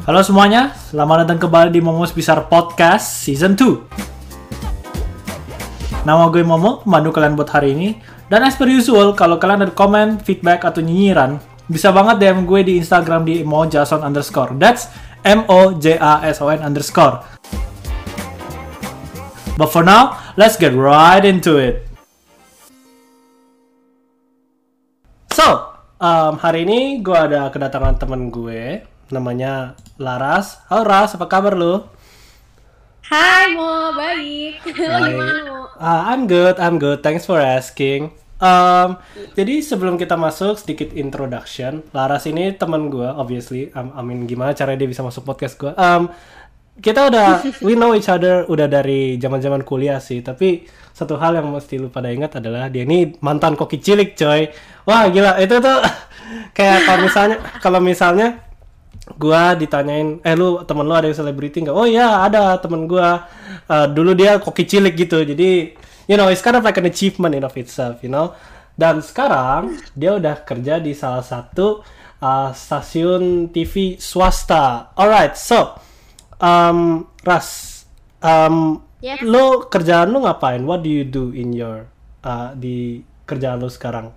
Halo semuanya, selamat datang kembali di Momo's Bizarre Podcast Season 2. Nama gue Momo, pemandu kalian buat hari ini. Dan as per usual, kalau kalian ada komen, feedback, atau nyinyiran, bisa banget DM gue di Instagram di mojason_. That's MOJASON_. But for now, let's get right into it. So, hari ini gue ada kedatangan temen gue, namanya Laras. Halo Ras, apa kabar lu? Hai Mo, baik. Lo gimana Mo? I'm good. Thanks for asking. Jadi sebelum kita masuk sedikit introduction, Laras ini teman gue, obviously. Gimana caranya dia bisa masuk podcast gue? Kita we know each other udah dari zaman kuliah sih. Tapi satu hal yang mesti lu pada ingat adalah dia ini mantan koki cilik, coy. Wah gila, itu tuh kayak kalau misalnya gua ditanyain, lu temen lu ada yang selebriti nggak? Oh iya ada temen gua, dulu dia koki cilik gitu. Jadi it's kind of like an achievement in of itself, Dan sekarang dia udah kerja di salah satu stasiun TV swasta. Alright, so Ras, Yes. lu kerjaan lu ngapain? What do you do in your di kerjaan lu sekarang?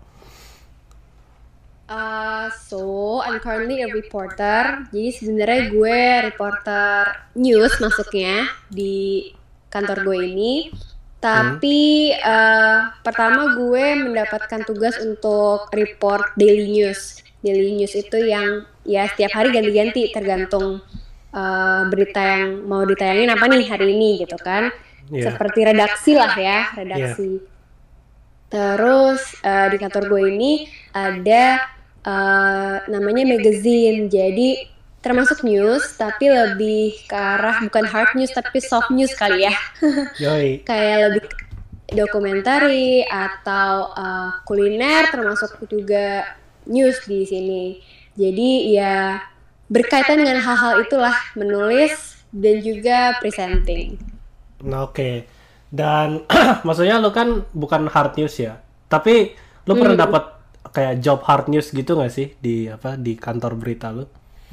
So I'm currently a reporter. Jadi sebenarnya gue reporter news masuknya di kantor gue ini. Tapi pertama gue mendapatkan tugas untuk report daily news. Daily news itu yang ya setiap hari ganti-ganti tergantung berita yang mau ditayangin apa nih hari ini gitu kan. Seperti redaksi lah ya, redaksi. Terus di kantor gue ini ada namanya magazine, jadi termasuk news tapi lebih ke arah bukan hard news tapi soft news kali ya. Kayak lebih dokumentari atau kuliner termasuk juga news di sini. Jadi ya berkaitan dengan hal-hal itulah, menulis dan juga presenting. Oke. Dan maksudnya lu kan bukan hard news ya, tapi lu pernah dapat kayak job hard news gitu nggak sih di kantor berita lu?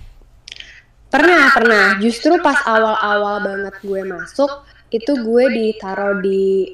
Pernah. Justru pas awal-awal banget gue masuk, itu gue ditaruh di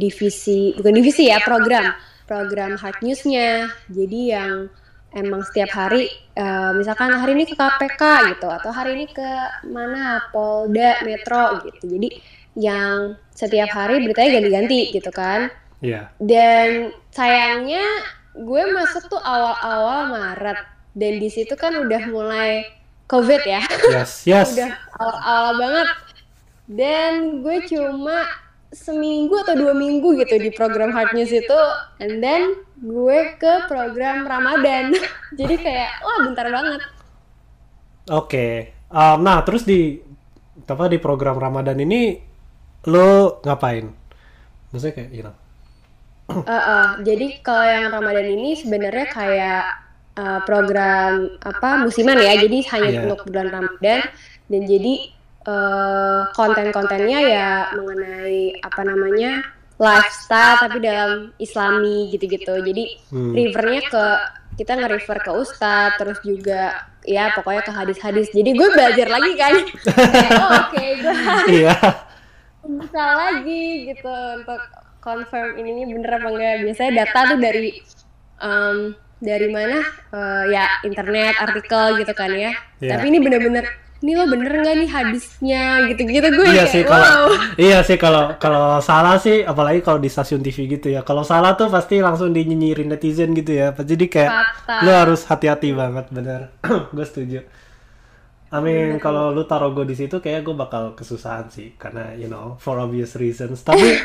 program hard newsnya. Jadi yang emang setiap hari, misalkan hari ini ke KPK gitu, atau hari ini ke mana, Polda, Metro gitu. Jadi yang setiap hari beritanya ganti-ganti gitu kan. Iya. Dan sayangnya gue masuk tuh awal-awal Maret, dan di situ kan udah mulai COVID ya. Yes. Udah awal-awal banget. Dan gue cuma seminggu atau 2 minggu gitu di program hard news itu, and then gue ke program Ramadan. Jadi kayak wah bentar banget. Oke. Nah terus di program Ramadan ini lo ngapain? Maksudnya kayak jadi kalau yang Ramadan ini sebenarnya kayak program musiman ya, jadi hanya untuk bulan Ramadan, dan jadi konten-kontennya ya mengenai lifestyle tapi dalam Islami gitu-gitu. Jadi kita nge-refer ke ustadz, terus juga ya pokoknya ke hadis-hadis. Jadi gue belajar lagi kan. Oke, gue bisa lagi gitu untuk confirm ini bener apa enggak. Biasanya data tuh dari mana? Ya internet, artikel gitu kan ya. Tapi ini bener-bener, ini lo bener nggak nih hadisnya gitu-gitu gue. Iya sih kalau salah sih, apalagi kalau di stasiun TV gitu ya. Kalau salah tuh pasti langsung dinyinyirin netizen gitu ya. Jadi kayak lo harus hati-hati banget, bener. Gue setuju. Kalau lu taruh gue di situ, kayak gue bakal kesusahan sih, karena for obvious reasons. Tapi,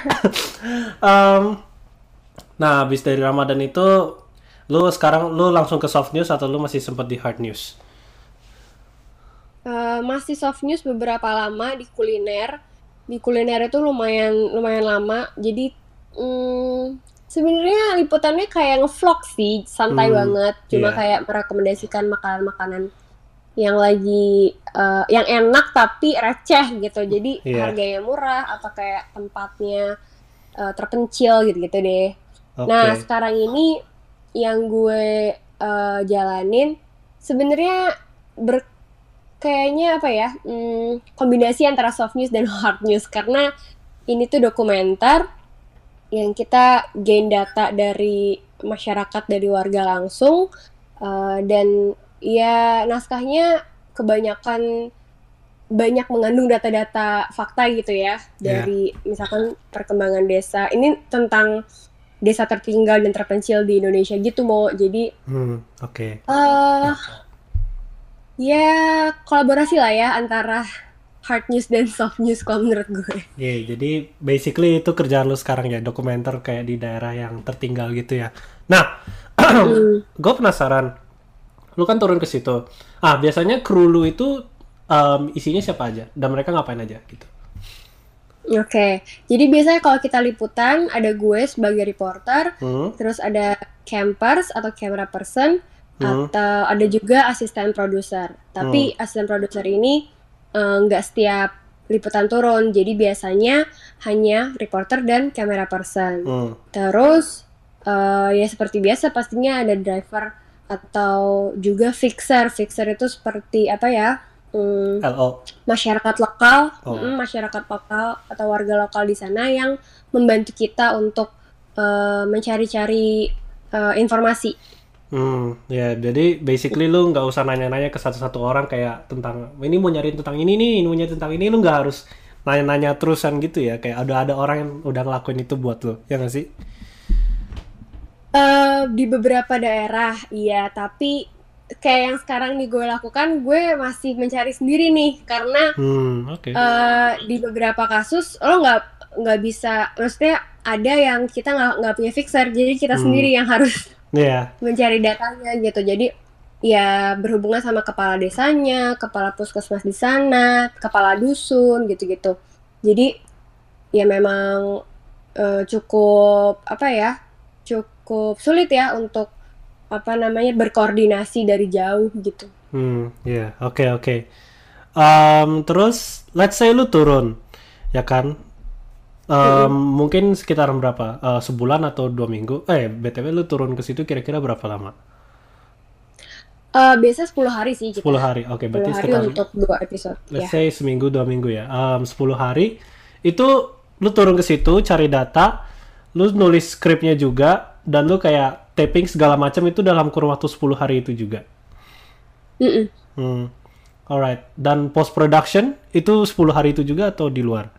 nah abis dari Ramadan itu, sekarang lu langsung ke soft news atau lu masih sempet di hard news? Masih soft news beberapa lama di kuliner. Di kuliner itu lumayan lama. Jadi sebenarnya liputannya kayak ngevlog sih, santai banget. Cuma kayak merekomendasikan makanan-makanan yang lagi yang enak tapi receh gitu. Jadi harganya murah atau kayak tempatnya terpencil gitu-gitu deh. Nah sekarang ini yang gue jalanin sebenarnya kayaknya apa ya, kombinasi antara soft news dan hard news, karena ini tuh dokumenter yang kita gain data dari masyarakat, dari warga langsung, dan ya naskahnya kebanyakan banyak mengandung data-data fakta gitu ya, Ya. dari misalkan perkembangan desa. Ini tentang desa tertinggal dan terpencil di Indonesia gitu, Mo. Jadi Oke. eh ya kolaborasi lah ya antara hard news dan soft news kalau menurut gue. Iya, jadi basically itu kerjaan lu sekarang ya, dokumenter kayak di daerah yang tertinggal gitu ya. Nah, Mm-mm. gue penasaran, lu kan turun ke situ. Biasanya kru lu itu isinya siapa aja? Dan mereka ngapain aja gitu? Oke, jadi biasanya kalau kita liputan ada gue sebagai reporter, Hmm, terus ada campers atau camera person, hmm, atau ada juga asisten produser. hmm, Tapi asisten produser ini nggak setiap liputan turun, jadi biasanya hanya reporter dan camera person. hmm. Terus ya seperti biasa pastinya ada driver atau juga fixer. Fixer itu seperti apa ya? LO. Masyarakat lokal, Oh. masyarakat lokal atau warga lokal di sana yang membantu kita untuk mencari-cari informasi. Ya, jadi basically lu nggak usah nanya-nanya ke satu-satu orang kayak tentang ini mau nyari tentang ini nih, ini mau nyari tentang ini, lu nggak harus nanya-nanya terusan gitu ya. Kayak ada orang yang udah ngelakuin itu buat lu, ya nggak sih? Di beberapa daerah, iya, tapi kayak yang sekarang nih gue lakukan, gue masih mencari sendiri nih, karena Oke. di beberapa kasus lo nggak bisa, maksudnya ada yang kita nggak punya fixer, jadi kita Hmm, sendiri yang harus ya. mencari datanya gitu. Jadi ya berhubungan sama kepala desanya, kepala puskesmas di sana, kepala dusun gitu-gitu. Jadi ya memang cukup apa ya, cukup sulit ya untuk apa namanya berkoordinasi dari jauh gitu. Ya, oke, oke. Terus let's say lu turun, ya kan? Mm-mm. Mungkin sekitaran berapa? Sebulan atau 2 minggu? BTW lu turun ke situ kira-kira berapa lama? Biasa 10 hari sih kita. 10 hari. Oke, 10 berarti hari sekitar untuk 2 episode let's ya. say seminggu 2 minggu ya. 10 hari itu lu turun ke situ cari data, lu nulis skripnya juga, dan lu kayak taping segala macam itu dalam kurun waktu 10 hari itu juga. Mm-mm. Hmm. Alright. Dan post production itu 10 hari itu juga atau di luar?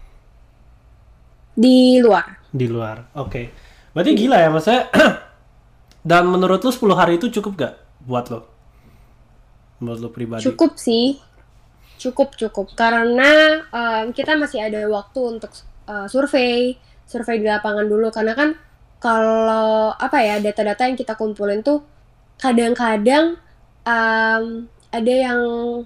Di luar. Di luar. Oke. Berarti gila ya maksudnya. Dan menurut lu 10 hari itu cukup gak buat lo? Menurut lo pribadi? Cukup sih. Cukup karena kita masih ada waktu untuk survei di lapangan dulu, karena kan kalau apa ya, data-data yang kita kumpulin tuh kadang-kadang ada yang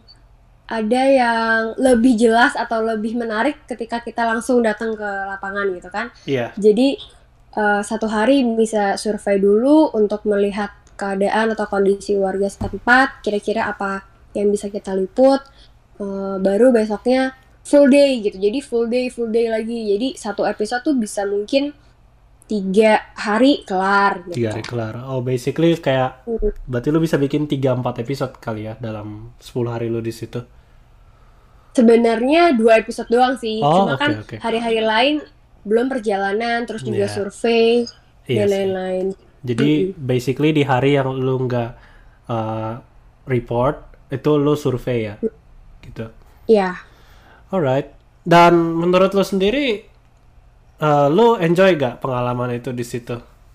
lebih jelas atau lebih menarik ketika kita langsung datang ke lapangan gitu kan. Iya. Jadi 1 hari bisa survei dulu untuk melihat keadaan atau kondisi warga setempat, kira-kira apa yang bisa kita liput. Baru besoknya full day gitu. Jadi full day lagi. Jadi satu episode tuh bisa mungkin 3 hari kelar 3 gitu. hari kelar. Oh, basically kayak berarti lu bisa bikin 3-4 episode kali ya dalam 10 hari lu di situ. Sebenarnya 2 episode doang sih. Oh, Cuma oke, kan oke. hari-hari lain belum perjalanan, terus juga Iya. survei Iya dan sih. lain-lain. Jadi basically di hari yang lu nggak uh, report itu lu survei ya, gitu. Ya, Alright. Dan menurut lu sendiri, lu enjoy gak pengalaman itu di situ?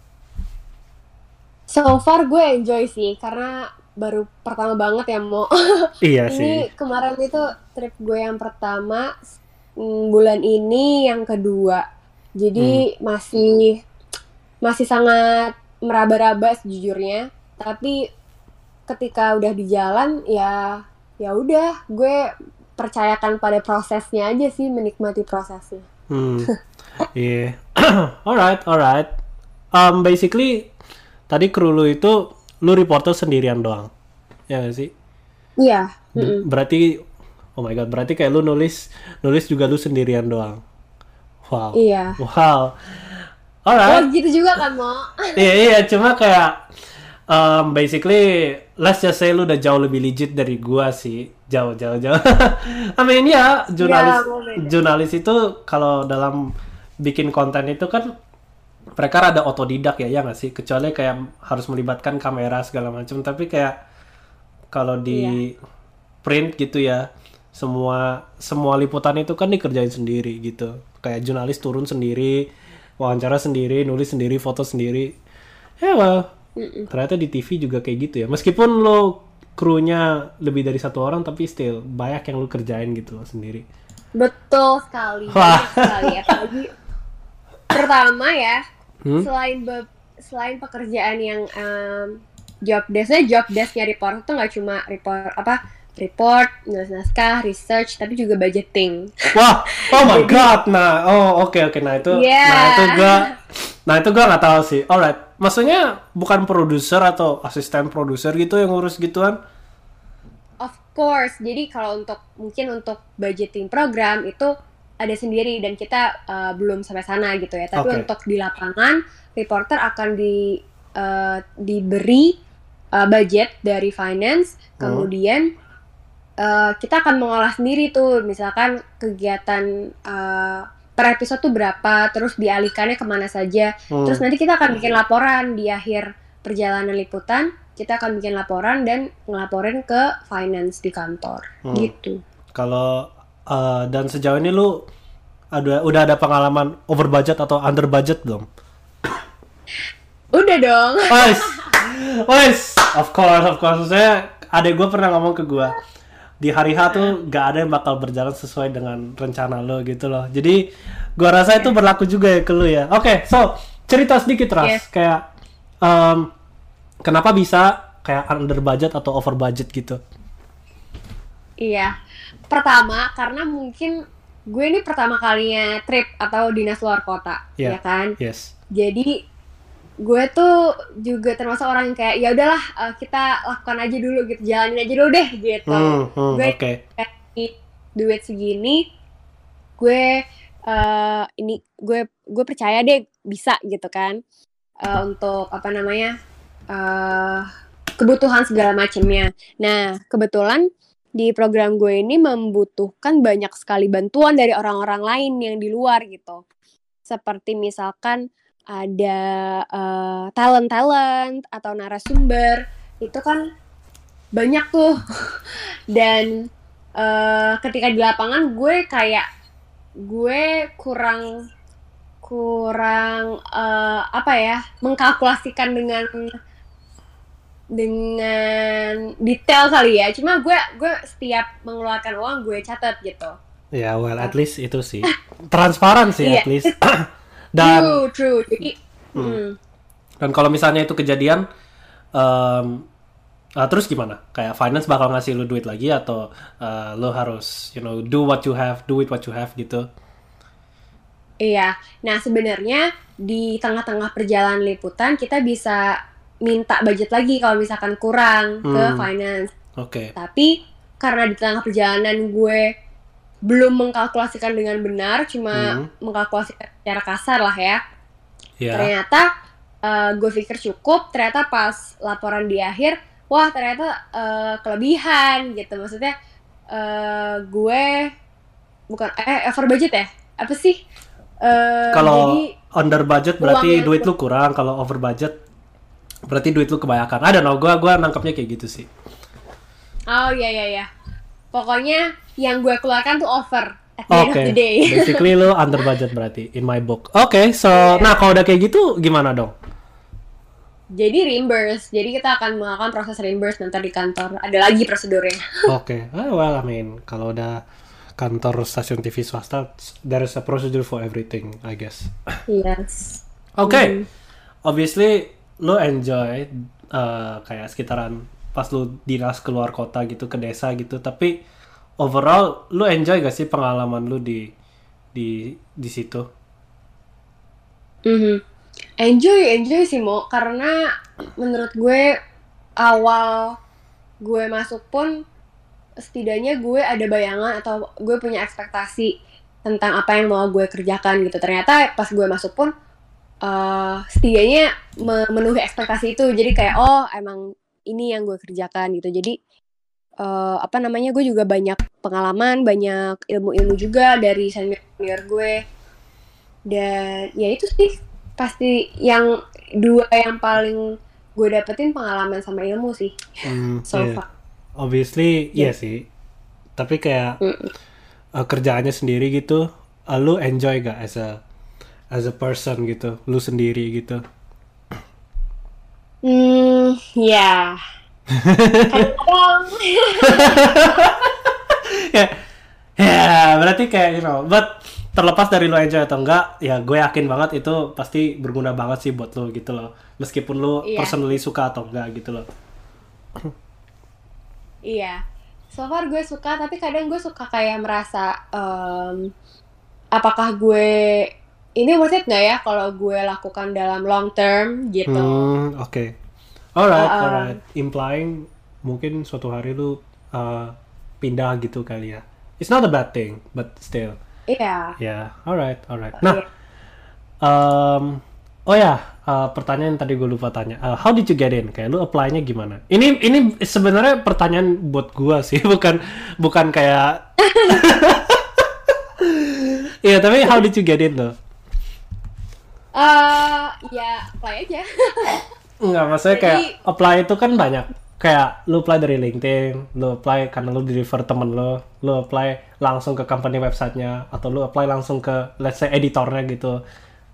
so far gue enjoy sih karena baru pertama banget ya, Mo. Iya sih. Ini kemarin itu trip gue yang pertama, bulan ini yang kedua. Jadi masih sangat meraba-raba sejujurnya. Tapi ketika udah di jalan ya udah, gue percayakan pada prosesnya aja sih, menikmati prosesnya. Hmm. Iya. Alright, alright. Basically tadi kru lu itu lu reporter sendirian doang, ya gak sih? Iya. Berarti, oh my god, berarti kayak lu nulis juga lu sendirian doang. Wow, Iya. wow. Oh Alright. gitu juga kan, Mo? Iya, iya, cuma kayak Basically, let's just say lu udah jauh lebih legit dari gua sih, jauh. I mean ya, Ya, mau beda. jurnalis itu kalau dalam bikin konten itu kan mereka rada otodidak ya nggak sih? Kecuali kayak harus melibatkan kamera segala macam. Tapi kayak kalau Iya, di print gitu ya, semua liputan itu kan dikerjain sendiri gitu. Kayak jurnalis turun sendiri, wawancara sendiri, nulis sendiri, foto sendiri. Ya well, mm-mm. ternyata di TV juga kayak gitu ya. Meskipun lo krunya lebih dari satu orang, tapi still banyak yang lo kerjain gitu loh sendiri. Betul sekali, Wah, banyak sekali. Apalagi pertama ya, hmm? selain pekerjaan yang job desknya report itu nggak cuma report, nulis naskah, research, tapi juga budgeting. Wah, oh my Jadi, god. Nah, oh oke, ya, nah itu gua nggak tahu sih. Alright, maksudnya bukan produser atau asisten produser gitu yang ngurus gituan? of course. Jadi kalau untuk budgeting program itu ada sendiri dan kita belum sampai sana gitu ya. Tapi Oke. untuk di lapangan, reporter akan diberi budget dari finance, Hmm. kemudian kita akan mengolah sendiri tuh, misalkan kegiatan per episode tuh berapa, terus dialihkannya kemana saja. Terus Hmm. nanti kita akan bikin laporan di akhir perjalanan liputan, kita akan bikin laporan dan ngelaporin ke finance di kantor, Hmm. gitu. Kalau dan sejauh ini lu udah ada pengalaman over budget atau under budget belum? Udah dong. Wes, wes, of course. Saya adek gue pernah ngomong ke gue di hari H tuh gak ada yang bakal berjalan sesuai dengan rencana lo gitu loh. Jadi gua rasa itu berlaku juga ya ke lu ya. Oke, so cerita sedikit Ras, Yes, kayak em, kenapa bisa kayak under budget atau over budget gitu? iya. Pertama, karena mungkin gue ini pertama kalinya trip atau dinas luar kota, Ya, ya kan? yes. Jadi gue tuh juga termasuk orang yang kayak ya udahlah, kita lakukan aja dulu gitu, jalanin aja dulu deh gitu. Gue Oke. kasih duit segini, gue gue percaya deh bisa gitu kan, untuk apa namanya, eh kebutuhan segala macamnya. Nah, kebetulan di program gue ini membutuhkan banyak sekali bantuan dari orang-orang lain yang di luar gitu. Seperti misalkan ada talent-talent atau narasumber, itu kan banyak tuh. Dan ketika di lapangan gue kurang kurang apa ya, mengkalkulasikan dengan detail kali ya. Cuma gue setiap mengeluarkan uang gue catat gitu. Ya, well, at least itu sih transparan sih Iya, at least. Dan true. Jadi, hmm, dan kalau misalnya itu kejadian, em, terus gimana? Kayak finance bakal ngasih lu duit lagi atau lu harus do with what you have gitu? iya. Nah, sebenarnya di tengah-tengah perjalanan liputan kita bisa minta budget lagi kalau misalkan kurang ke Hmm, finance. oke. Tapi karena di tengah perjalanan gue belum mengkalkulasikan dengan benar, cuma Hmm, mengkalkulasikan secara kasar lah ya. ya. Ternyata gue pikir cukup, ternyata pas laporan di akhir, wah ternyata kelebihan gitu. Maksudnya gue bukan over budget ya? Apa sih? Jadi Kalau under budget uang berarti yang duit lu kurang, kalau over budget berarti duit lu kebanyakan. I don't know, gua nangkepnya kayak gitu sih. oh iya. Pokoknya yang gue keluarkan tuh over at the end of the Oke, day. basically lu under budget berarti in my book. Oke, so nah Iya. kalau udah kayak gitu gimana dong? Jadi reimburse. Jadi kita akan melakukan proses reimburse nanti di kantor. Ada lagi prosedurnya. Oke, well, I mean, kalau udah kantor stasiun TV swasta, there is a procedure for everything, I guess. Yes. Oke, obviously lu enjoy kayak sekitaran pas lu dinas keluar kota gitu ke desa gitu, tapi overall lu enjoy gak sih pengalaman lu di situ? Mhm. Enjoy sih Mo, karena menurut gue awal gue masuk pun setidaknya gue ada bayangan atau gue punya ekspektasi tentang apa yang mau gue kerjakan gitu. Ternyata pas gue masuk pun setidaknya memenuhi ekspektasi itu. Jadi kayak oh emang ini yang gue kerjakan gitu. Jadi apa namanya, gue juga banyak pengalaman, banyak ilmu-ilmu juga dari senior gue. Dan ya itu sih pasti yang dua yang paling gue dapetin, pengalaman sama ilmu sih so Iya. far. Obviously, iya Gitu. sih. Tapi kayak Mm. kerjaannya sendiri gitu, lu enjoy gak as a person gitu, lu sendiri gitu? Ya kadang-kadang. Ya, ya berarti kayak but terlepas dari lu enjoy atau enggak, ya gue yakin banget itu pasti berguna banget sih buat lu gitu loh. Meskipun lu Iya, personally suka atau enggak gitu loh. iya. So far gue suka, tapi kadang gue suka kayak merasa apakah gue ini worth it nggak ya kalau gue lakukan dalam long term gitu. Oke. Uh, Alright. um, Implying mungkin suatu hari lu pindah gitu kali ya. It's not a bad thing, but still. iya, Ya, alright. Nah, iya. oh ya, pertanyaan yang tadi gue lupa tanya. How did you get in? Kayak lu apply-nya gimana? Ini sebenarnya pertanyaan buat gue sih, bukan kayak. Iya, tapi how did you get in tuh? Ya apply aja. Enggak, maksudnya kayak Jadi apply itu kan banyak. Kayak lu apply dari LinkedIn, lu apply karena lu di refer temen lu apply langsung ke company websitenya, atau lu apply langsung ke let's say editornya gitu.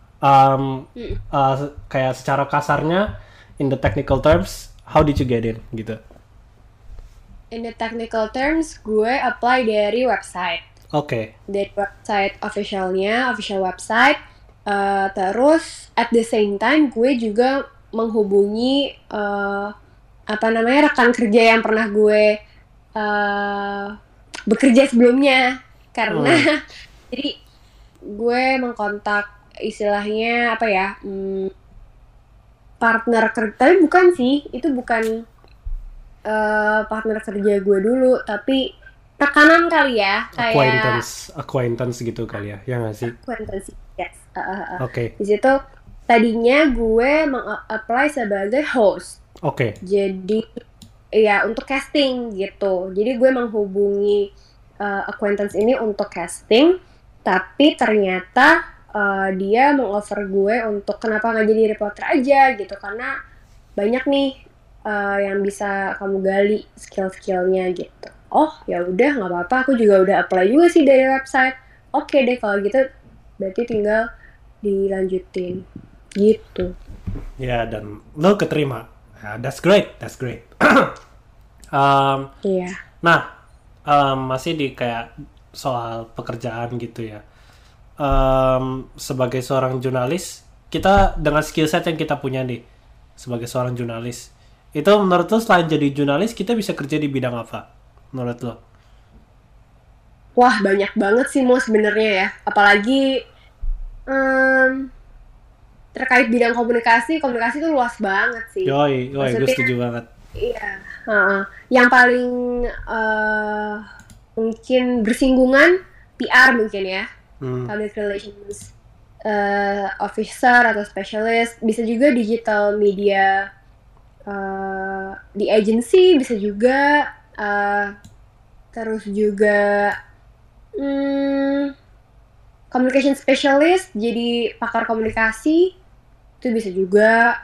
Kayak secara kasarnya, in the technical terms, how did you get in gitu? in the technical terms gue apply dari website. Oke. Dari website officialnya, official website. Terus at the same time gue juga menghubungi apa namanya, rekan kerja yang pernah gue bekerja sebelumnya, karena jadi gue mengkontak istilahnya apa ya, partner kerja, tapi bukan sih, itu bukan partner kerja gue dulu, tapi rekanan kali ya, kayak Acquaintance gitu kali ya, ya nggak sih? acquaintance, yes. Oke. Di situ tadinya gue meng-apply sebagai host. Oke. Jadi ya untuk casting gitu. Jadi gue menghubungi acquaintance ini untuk casting, tapi ternyata dia meng-offer gue untuk kenapa nggak jadi reporter aja gitu, karena banyak nih yang bisa kamu gali skill-skillnya gitu. Oh ya udah, nggak apa-apa, aku juga udah apply juga sih dari website. Oke deh kalau gitu, berarti tinggal dilanjutin gitu. Ya, dan lo keterima. Ya, that's great. Iya. Nah, masih di kayak soal pekerjaan gitu ya. Sebagai seorang jurnalis, kita dengan skill set yang kita punya nih, sebagai seorang jurnalis, itu menurut lo selain jadi jurnalis, kita bisa kerja di bidang apa? Menurut lo? Wah banyak banget sih mau sebenarnya ya. Apalagi terkait bidang komunikasi itu luas banget sih. Yoi, gue Maksudnya setuju banget. iya. Yang paling mungkin bersinggungan PR mungkin ya. Public relations officer atau specialist, bisa juga digital media di agency bisa juga, terus juga communication specialist, jadi pakar komunikasi itu bisa juga.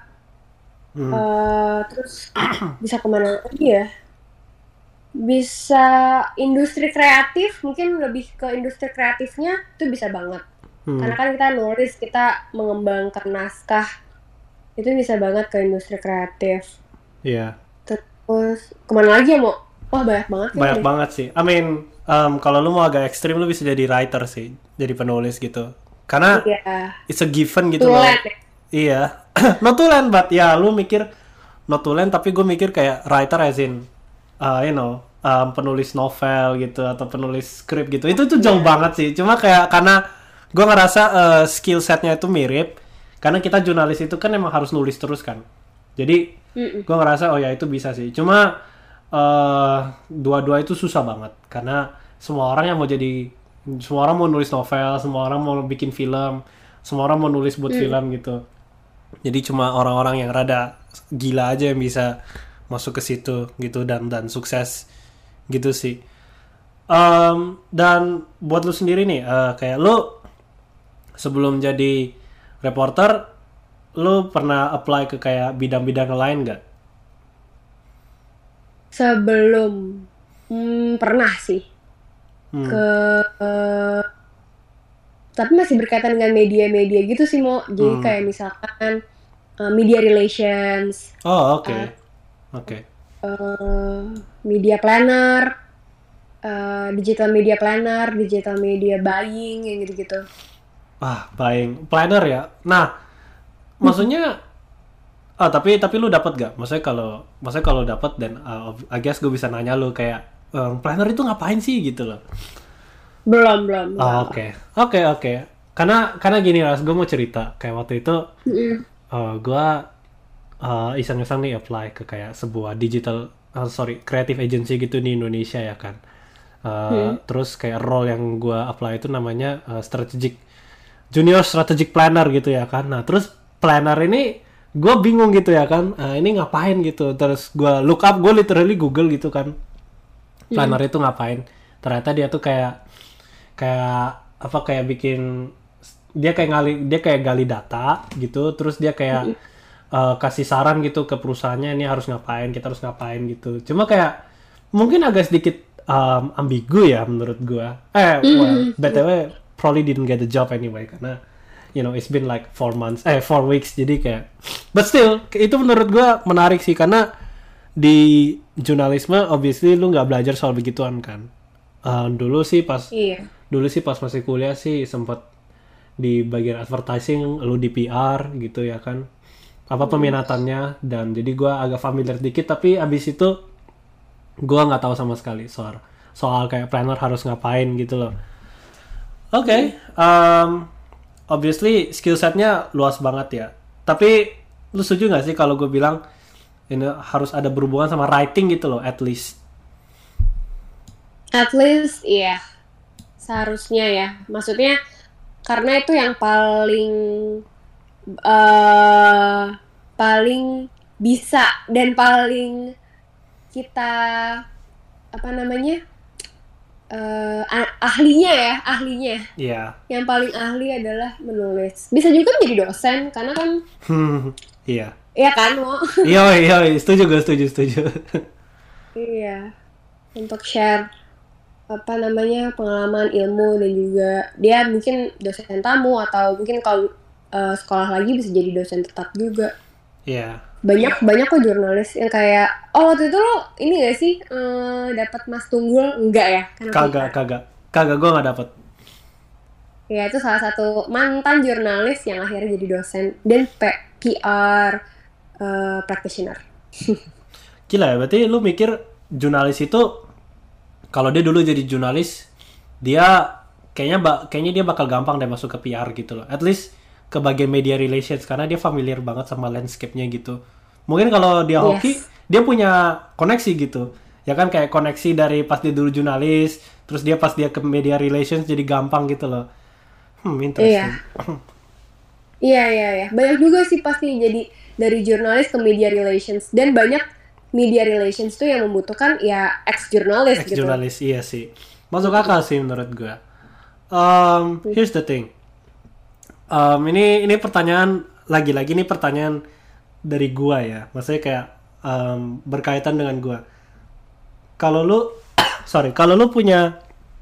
Terus bisa kemana lagi ya? Bisa industri kreatif, mungkin lebih ke industri kreatifnya itu bisa banget. Karena kan kita nulis, kita mengembangkan naskah, itu bisa banget ke industri kreatif. Iya. Terus kemana lagi ya, Mo? Wah banyak banget sih. Banyak banget sih. I mean, kalau lu mau agak ekstrim, lu bisa jadi writer sih, jadi penulis gitu. Karena it's a given gitu loh. Iya. Not to land, but ya lu mikir not to land, tapi gue mikir kayak writer as in, penulis novel gitu atau penulis skrip gitu. Itu tuh jauh banget sih. Cuma kayak karena gue ngerasa skill setnya itu mirip, karena kita jurnalis itu kan emang harus nulis terus kan. Jadi gue ngerasa oh ya itu bisa sih. Cuma dua-dua itu susah banget karena semua orang mau nulis novel, semua orang mau bikin film, semua orang mau nulis buat film gitu. Jadi cuma orang-orang yang rada gila aja yang bisa masuk ke situ gitu dan sukses gitu sih. Dan buat lu sendiri nih, kayak lu sebelum jadi reporter, lu pernah apply ke kayak bidang-bidang lain nggak? Sebelum pernah sih Hmm. ke tapi masih berkaitan dengan media-media gitu sih Mo. Jadi Hmm. kayak misalkan media relations, Oh, oke. uh, Oke. uh, media planner, digital media planner, digital media buying yang gitu-gitu. Buying planner ya. Nah, maksudnya tapi lu dapat gak? Maksudnya kalau dapat dan I guess gue bisa nanya lu kayak planner itu ngapain sih gitu loh. Belum, belum, enggak, Oh, enggak. oke. Karena gini Ras, gue mau cerita kayak waktu itu Mm-mm. gue iseng-iseng nih apply ke kayak sebuah creative agency gitu di Indonesia ya kan. Hmm. Terus kayak role yang gue apply itu namanya junior strategic planner gitu ya kan. Nah terus planner ini gue bingung gitu ya kan. Ini ngapain gitu. Terus gue literally Google gitu kan. Mm-mm. Planner itu ngapain? Ternyata dia tuh kayak apa kayak bikin dia kayak gali data gitu. Terus dia kayak kasih saran gitu ke perusahaannya ini harus ngapain, kita harus ngapain gitu. Cuma kayak mungkin agak sedikit ambigu ya menurut gua. Well, Mm-mm. BTW probably didn't get the job anyway karena it's been like 4 weeks jadi kayak but still itu menurut gua menarik sih karena di jurnalisme obviously lu nggak belajar soal begituan kan. Dulu sih pas Iya. masih kuliah sih sempat di bagian advertising lu di PR gitu ya kan apa Mm-mm. peminatannya dan jadi gue agak familiar dikit tapi abis itu gue nggak tahu sama sekali soal soal kayak planner harus ngapain gitu loh. Mm-mm. Oke, obviously skill setnya luas banget ya tapi lu setuju nggak sih kalau gue bilang ini harus ada berhubungan sama writing gitu loh at least. At least, iya. Seharusnya ya. Maksudnya karena itu yang eh paling bisa dan paling kita apa namanya ahlinya ya ahlinya Iya. yang paling ahli adalah menulis bisa juga menjadi dosen karena kan Iya. ya kan mau Iya, setuju gue, setuju. iya untuk share apa namanya pengalaman ilmu dan juga dia mungkin dosen tamu atau mungkin kalau sekolah lagi bisa jadi dosen tetap juga Iya. banyak banyak kok jurnalis yang kayak oh waktu itu lo ini gak sih dapat Mas Tunggul enggak ya karena Kagak, PR kagak. Kagak, gue nggak dapet. ya itu salah satu mantan jurnalis yang akhirnya jadi dosen dan PR practitioner. Gila ya, berarti lu mikir jurnalis itu kalau dia dulu jadi jurnalis, dia kayaknya dia bakal gampang deh masuk ke PR gitu loh. At least ke bagian media relations karena dia familiar banget sama landscape-nya gitu. Mungkin kalau dia hoki, Yes. dia punya koneksi gitu. Ya kan kayak koneksi dari pas dia dulu jurnalis, terus pas dia ke media relations jadi gampang gitu loh. Iya, Interesting. iya. Banyak juga sih pasti jadi dari jurnalis ke media relations dan banyak media relations tuh yang membutuhkan ya ex jurnalis Ex gitu. jurnalis iya sih. Masuk akal sih menurut gue. Here's the thing. Ini pertanyaan lagi-lagi nih pertanyaan dari gua ya. Maksudnya kayak berkaitan dengan gua. Kalau lu kalau lu punya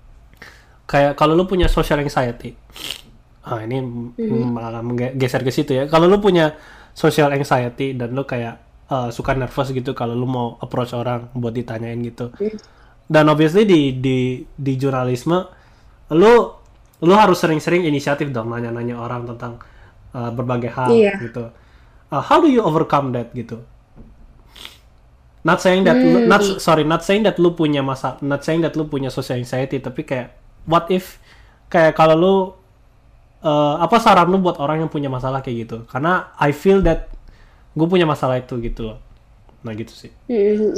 social anxiety. Ini Mhm. malah geser ke situ ya. Kalau lu punya social anxiety dan lu kayak suka nervous gitu kalau lu mau approach orang buat ditanyain gitu. Dan obviously di jurnalisme lu harus sering-sering inisiatif dong nanya-nanya orang tentang berbagai hal Iya. gitu. How do you overcome that gitu? Not saying that Hmm. not saying that lu punya not saying that lu punya social anxiety tapi kayak what if kayak kalau lu apa saran lu buat orang yang punya masalah kayak gitu? Karena I feel that gue punya masalah itu gitu loh. Nah gitu sih. Hmm.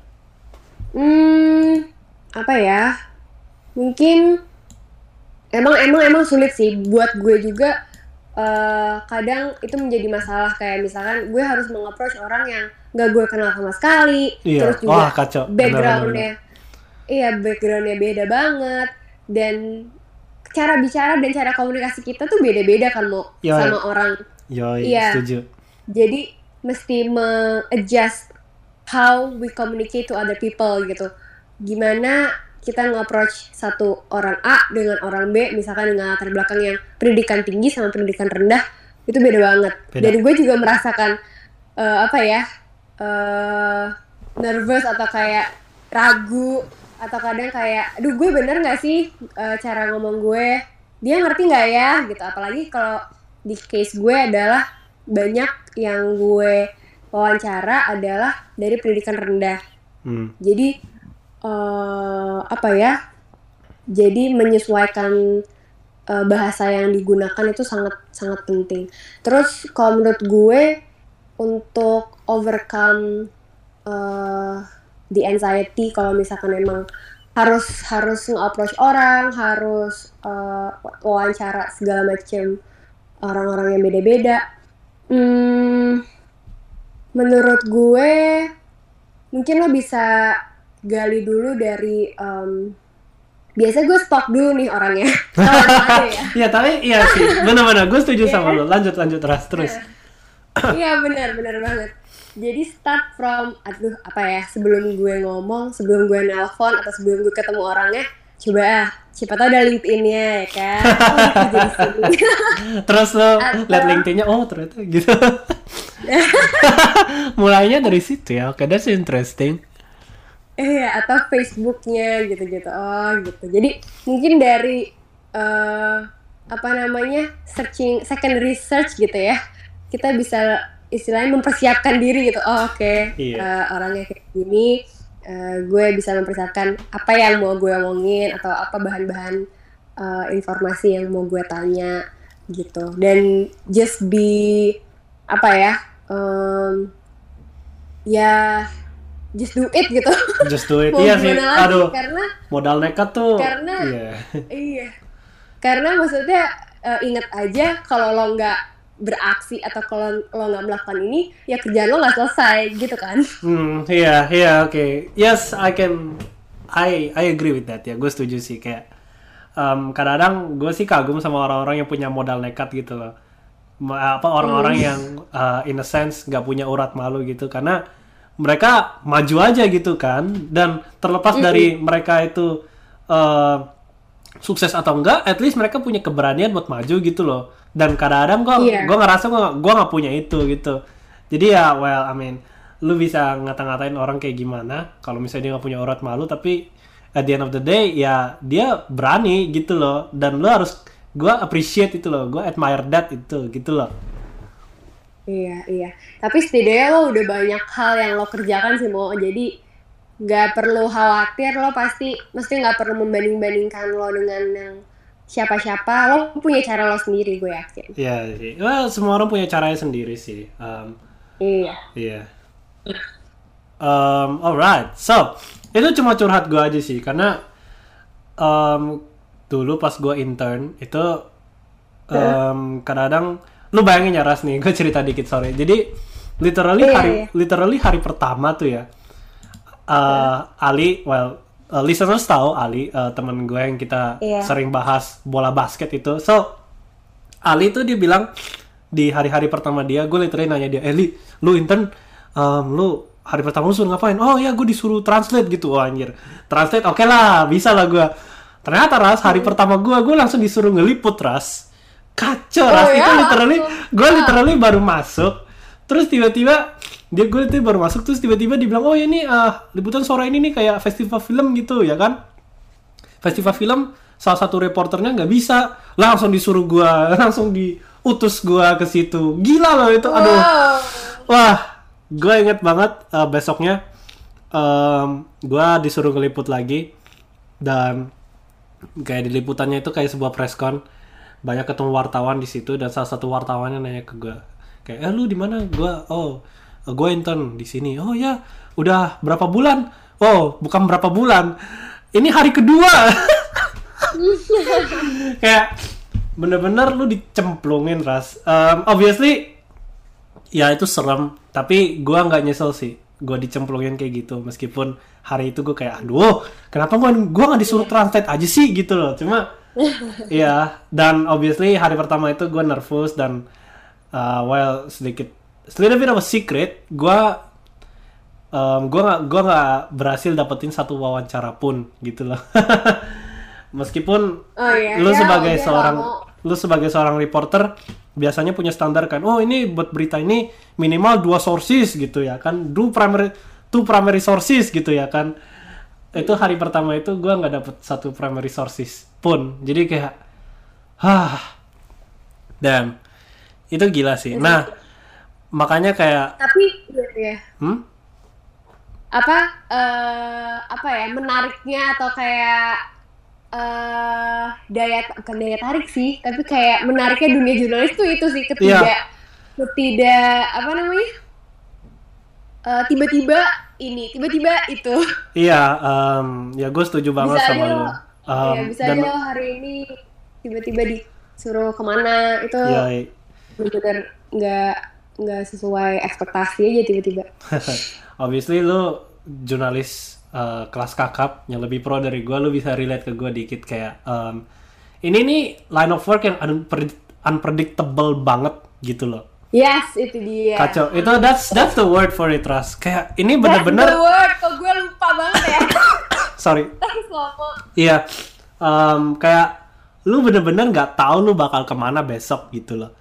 Hmm. Apa ya? Mungkin emang sulit sih buat gue juga kadang itu menjadi masalah, kayak misalkan gue harus meng-approach orang yang nggak gue kenal sama sekali, Iya. terus juga Wah, kacau. backgroundnya, iya backgroundnya beda banget, dan cara bicara dan cara komunikasi kita tuh beda-beda kan mau Yoi. sama orang. Yoi, Iya. setuju. Jadi mesti adjust how we communicate to other people gitu. Gimana kita nge-approach satu orang A dengan orang B, misalkan dengan latar belakang yang pendidikan tinggi sama pendidikan rendah, itu beda banget. Beda. Dan gue juga merasakan nervous atau kayak ragu, atau kadang kayak, aduh gue bener nggak sih cara ngomong gue, dia ngerti nggak ya gitu. Apalagi kalau di case gue adalah banyak yang gue wawancara adalah dari pendidikan rendah. Jadi jadi menyesuaikan bahasa yang digunakan itu sangat sangat penting. Terus kalau menurut gue untuk overcome the anxiety, kalau misalkan emang harus nge-approach orang, harus wawancara segala macam orang-orang yang beda-beda. Menurut gue mungkin lo bisa gali dulu dari biasa gue stalk dulu nih orangnya. Kalau ada ya. Iya, tapi iya sih. Benar-benar gue setuju sama lo. Lanjut terus. Iya, benar banget. Jadi start from, sebelum gue ngomong, sebelum gue nelpon, atau sebelum gue ketemu orangnya, coba siapa tahu ada LinkedIn-nya ya kan. Jadi sini. Terus lo liat LinkedIn-nya, oh ternyata gitu. Mulainya dari situ ya. Oke, that's interesting. Atau Facebook-nya gitu-gitu. Oh, gitu. Jadi mungkin dari searching, secondary search gitu ya. Kita bisa istilahnya mempersiapkan diri gitu. Oh, oke. Orangnya kayak gini. Gue bisa mempersiapkan apa yang mau gue omongin atau apa bahan-bahan informasi yang mau gue tanya gitu. Dan just be just do it gitu. Just do it. Iya sih. Aduh. Karena modal nekat tuh. Iya. Karena maksudnya ingat aja kalau lo nggak beraksi atau kalau lo nggak melakukan ini, ya kerjaan lo nggak selesai gitu kan. Iya, oke. Yes, I agree with that ya. Gue setuju sih, kayak kadang-kadang gue sih kagum sama orang-orang yang punya modal nekat gitu loh. Orang-orang yang in a sense nggak punya urat malu gitu, karena mereka maju aja gitu kan, dan terlepas dari mereka itu sukses atau enggak, at least mereka punya keberanian buat maju gitu loh. Dan kadang-kadang gue ngerasa gue nggak punya itu gitu. Jadi ya, well, I mean, lu bisa ngata-ngatain orang kayak gimana kalau misalnya dia nggak punya urat malu, tapi at the end of the day ya dia berani gitu loh. Dan lu harus, gue appreciate itu loh, gue admire that itu gitu loh. Iya. Tapi setidaknya lo udah banyak hal yang lo kerjakan sih, Mo. Jadi nggak perlu khawatir, lo mesti nggak perlu membanding-bandingkan lo dengan yang siapa-siapa. Lo punya cara lo sendiri, gue yakin. Iya sih. Well, semua orang punya caranya sendiri sih. Iya. Alright. So, itu cuma curhat gue aja sih, karena dulu pas gue intern itu kadang-kadang, lu bayangin ya Ras nih, gue cerita dikit sorry. Jadi literally hari pertama tuh ya, Ali, listeners tahu Ali, teman gue yang kita sering bahas bola basket itu. So Ali tuh dia bilang di hari-hari pertama dia, gue literally nanya dia, Li, lu intern, lu hari pertama lu suruh ngapain? Oh ya, gue disuruh translate gitu. Oh anjir, translate oke lah, bisa lah gue. Ternyata Ras, hari pertama gue langsung disuruh ngeliput Ras. Kacau Ras, itu literally baru masuk. Terus tiba-tiba gue itu baru masuk, terus tiba-tiba dibilang, oh ya ini liputan sore ini nih kayak festival film gitu ya kan. Festival film, salah satu reporternya nggak bisa, langsung disuruh gue, langsung diutus gue ke situ. Gila loh itu, aduh. Wah, gue inget banget besoknya gue disuruh ngeliput lagi. Dan kayak di liputannya itu kayak sebuah press con, banyak ketemu wartawan di situ, dan salah satu wartawannya nanya ke gue kayak, lu di mana? Gue intern di sini. Oh ya, udah berapa bulan? Oh, bukan berapa bulan, ini hari kedua. Kayak bener-bener lu dicemplungin Ras. Obviously ya itu serem, tapi gua nggak nyesel sih gua dicemplungin kayak gitu, meskipun hari itu gua kayak aduh kenapa gua nggak disuruh translate aja sih gitu loh. Cuma ya, dan obviously hari pertama itu gua nervous dan well sedikit little bit of a secret, gua nggak berhasil dapetin satu wawancara pun gitu loh. Meskipun lu sebagai seorang reporter biasanya punya standar kan, oh ini buat berita ini minimal 2 sources gitu ya kan, two primary sources gitu ya kan. Itu hari pertama itu gue nggak dapet satu primary sources pun, jadi kayak damn, itu gila sih. Nah makanya kayak tapi ya apa ya menariknya atau kayak bukan daya tarik sih, tapi kayak menariknya dunia jurnalis tuh itu sih ketidak apa namanya tiba-tiba itu. Iya, ya gue setuju banget sama lu. Bisa aja lo hari ini tiba-tiba disuruh kemana itu bener-bener nggak sesuai ekspektasi aja tiba-tiba. Obviously lu jurnalis kelas kakap yang lebih pro dari gue, lu bisa relate ke gue dikit kayak ini nih line of work yang unpredictable banget gitu loh. Yes, itu dia. Kacau. Itu that's the word for it, Ras. Kayak ini bener-bener. That's the word. Kok gue lupa banget ya. Sorry. Iya. Kayak lu bener-bener nggak tahu lu bakal kemana besok gitu loh.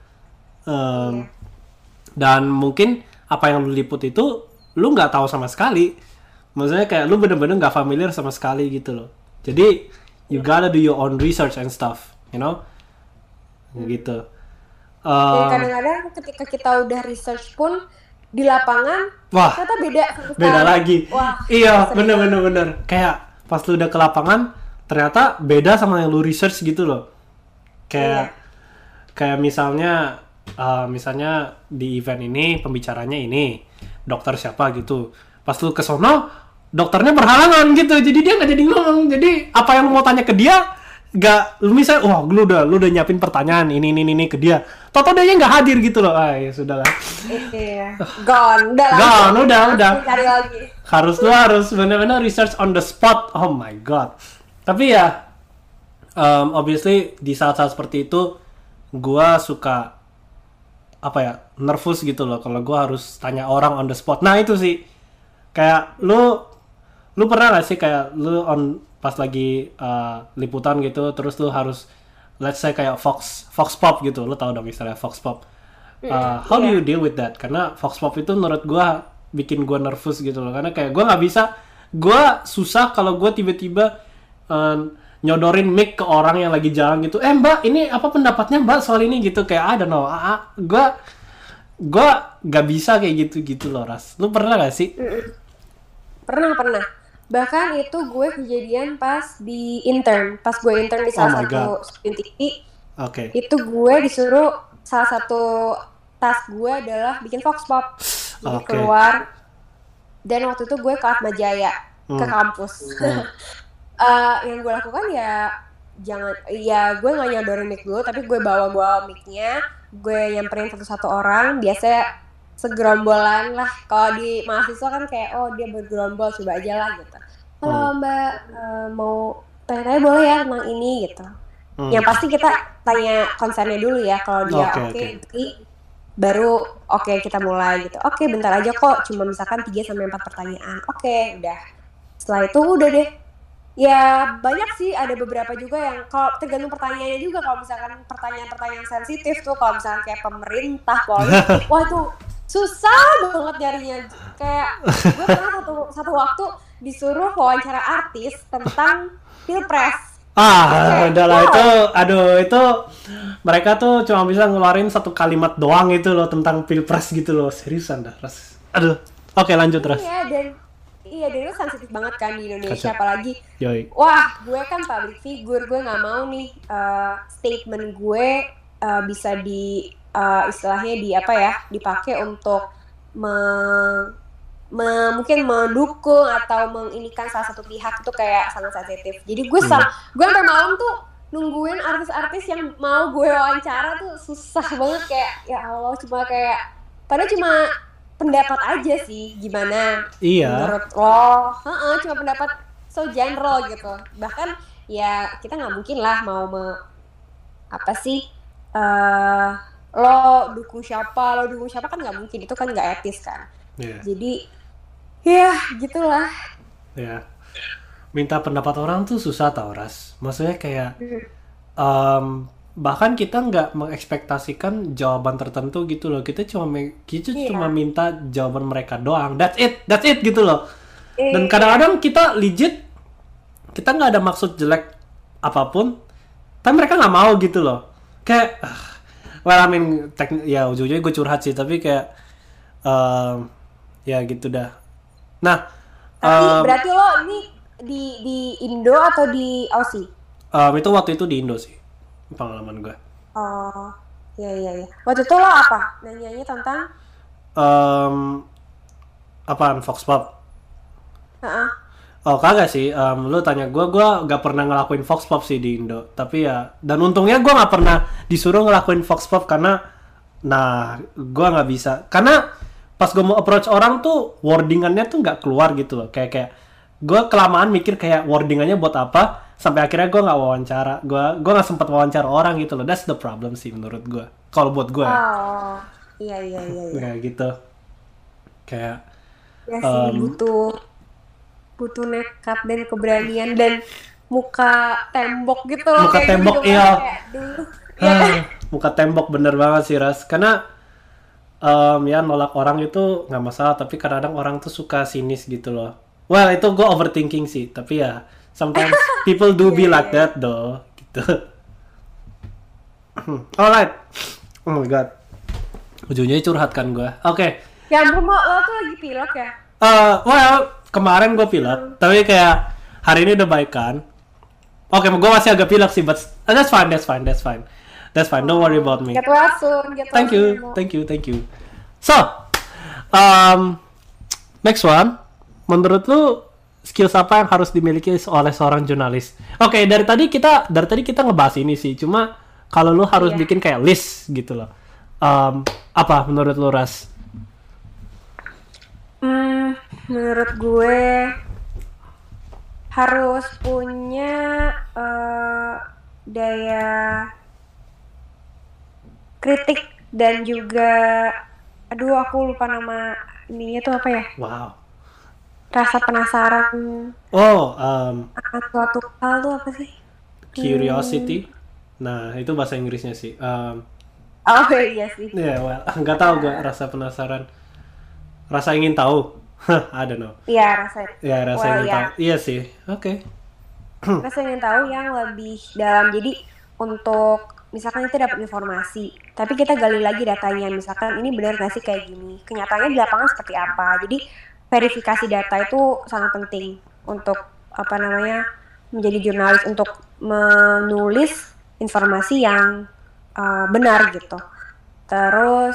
Dan mungkin apa yang lu liput itu lu nggak tahu sama sekali. Maksudnya kayak lu bener-bener nggak familiar sama sekali gitu loh. Jadi you gotta do your own research and stuff, you know, gitu. Kadang-kadang ketika kita udah research pun di lapangan, ternyata beda lagi. Iya, bener. Kayak pas lu udah ke lapangan, ternyata beda sama yang lu research gitu loh. Kayak misalnya di event ini pembicaranya ini dokter siapa gitu. Pas lu ke sono, dokternya berhalangan gitu, jadi dia nggak jadi ngomong. Jadi apa yang lu mau tanya ke dia, nggak, lu misalnya, lu udah nyiapin pertanyaan ini ke dia, toto dia nggak hadir gitu loh. Ya sudahlah. Gone, udah. Cari lagi. Harus benar-benar research on the spot. Oh my god. Tapi ya, obviously di saat-saat seperti itu, gua suka nervous gitu loh kalau gua harus tanya orang on the spot. Nah itu sih. Kayak lu pernah gak sih kayak lu pas lagi liputan gitu, terus lu harus let's say kayak Fox Pop gitu, lu tahu dong istilahnya Fox Pop. How do you deal with that? Karena Fox Pop itu menurut gua bikin gua nervous gitu loh, karena kayak gua susah kalau gua tiba-tiba nyodorin mic ke orang yang lagi jalan gitu. Mbak, ini apa pendapatnya mbak soal ini gitu, kayak I don't know. Gua gak bisa kayak gitu loh, Ras. Lu pernah gak sih? Pernah. Bahkan itu gue kejadian pas gue intern di salah satu stasiun TV. Itu gue disuruh, salah satu task gue adalah bikin Fox Pop. Jadi keluar, dan waktu itu gue ke Atma Jaya, ke kampus. Yang gue lakukan gue gak nyodorin mic dulu, tapi gue bawa mic-nya, gue nyamperin satu-satu orang, biasanya segerombolan lah. Kalau di mahasiswa kan kayak dia bergerombol, coba aja lah gitu. Halo mbak, mau tanya-tanya boleh ya tentang ini gitu. Yang pasti kita tanya konsennya dulu ya. Kalau dia oke, baru kita mulai gitu. Bentar aja kok, cuma misalkan 3-4 pertanyaan. Udah. Setelah itu udah deh. Ya banyak sih, ada beberapa juga yang kalau tergantung pertanyaannya juga. Kalau misalkan pertanyaan sensitif tuh, kalau misalkan kayak pemerintah, politik, wah itu susah banget nyarinya. Kayak gue pernah satu waktu disuruh wawancara artis tentang pilpres. Udahlah itu mereka tuh cuma bisa ngeluarin satu kalimat doang itu loh tentang pilpres gitu loh. Seriusan dah, Ras. Oke, lanjut, Ras. Iya, dan itu sensitif banget kan di Indonesia. Apalagi wah, gue kan public figure, gue nggak mau nih statement gue bisa istilahnya dipakai untuk mungkin mendukung atau menginikan salah satu pihak. Itu kayak sangat sensitif. Jadi gue sampai malam tuh nungguin artis-artis yang mau gue wawancara tuh susah banget, kayak ya Allah, cuma kayak padahal cuma pendapat aja sih, gimana Iya. menurut lo. Cuma pendapat so general gitu, bahkan ya kita nggak mungkin lah mau apa sih, lo dukung siapa kan nggak mungkin, itu kan nggak etis kan. Iya. Jadi ya gitulah. Ya. Minta pendapat orang tuh susah tau, Ras. Maksudnya kayak bahkan kita nggak mengekspektasikan jawaban tertentu gitu loh. Kita cuma minta jawaban mereka doang. That's it gitu loh. Dan kadang-kadang kita legit, kita nggak ada maksud jelek apapun, tapi mereka nggak mau gitu loh. Kayak well, I mean, ya ujung-ujungnya gue curhat sih, tapi kayak ya gitu dah. Nah, tapi berarti lo ini di Indo atau di Aussie? Itu waktu itu di Indo sih pengalaman gue. Oh, iya. Waktu itu lo apa? Nanyanya tentang Apaan, Fox Pop? Heeh. Oh kagak sih, lu tanya gue gak pernah ngelakuin Fox Pop sih di Indo. Tapi ya, dan untungnya gue gak pernah disuruh ngelakuin Fox Pop karena, nah gue gak bisa. Karena pas gue mau approach orang tuh wordingannya tuh gak keluar gitu loh. Kayak gue kelamaan mikir kayak wordingannya buat apa, sampai akhirnya gue gak wawancara. Gue gak sempat wawancara orang gitu loh. That's the problem sih menurut gue. Kalau buat gue. Oh, iya. Kayak gitu. Kayak Ya sih, butuh nekat dan keberanian dan muka tembok gitu loh. Muka kayak tembok, gitu, iya. kayak dulu. Ya kan? Muka tembok bener banget sih, Ras. Karena ya nolak orang itu nggak masalah, tapi kadang-kadang orang tuh suka sinis gitu loh. Well, itu gue overthinking sih, tapi ya sometimes people do be like that though, gitu. Alright. Oh my god. Ujungnya curhat kan gue. Oke. Ya ampun, lo tuh lagi pilek ya? Well, kemarin gue pilek, tapi kayak hari ini udah baik kan. Oke, gue masih agak pilek sih, but that's fine. Don't worry about me. Get well soon. Thank you. So, next one. Menurut lu skills apa yang harus dimiliki oleh seorang jurnalis? Oke, dari tadi kita ngebahas ini sih. Cuma kalau lu harus bikin kayak list gitu loh. Apa menurut lu, Ras? Menurut gue harus punya daya kritik dan juga, aduh aku lupa nama ininya tuh apa ya? Wow. Rasa penasaran. Oh, akan suatu hal tuh apa sih? curiosity. Nah, itu bahasa Inggrisnya sih. Oh iya sih. Yeah, well, nggak tahu gue rasa penasaran. Rasa ingin tahu. I don't know. Iya, rasa ingin tahu. Iya sih. Oke. Rasa ingin tahu yang lebih dalam. Jadi untuk misalkan kita dapat informasi, tapi kita gali lagi datanya. Misalkan ini benar nggak sih kayak gini? Kenyataannya di lapangan seperti apa? Jadi verifikasi data itu sangat penting untuk menjadi jurnalis, untuk menulis informasi yang benar gitu. Terus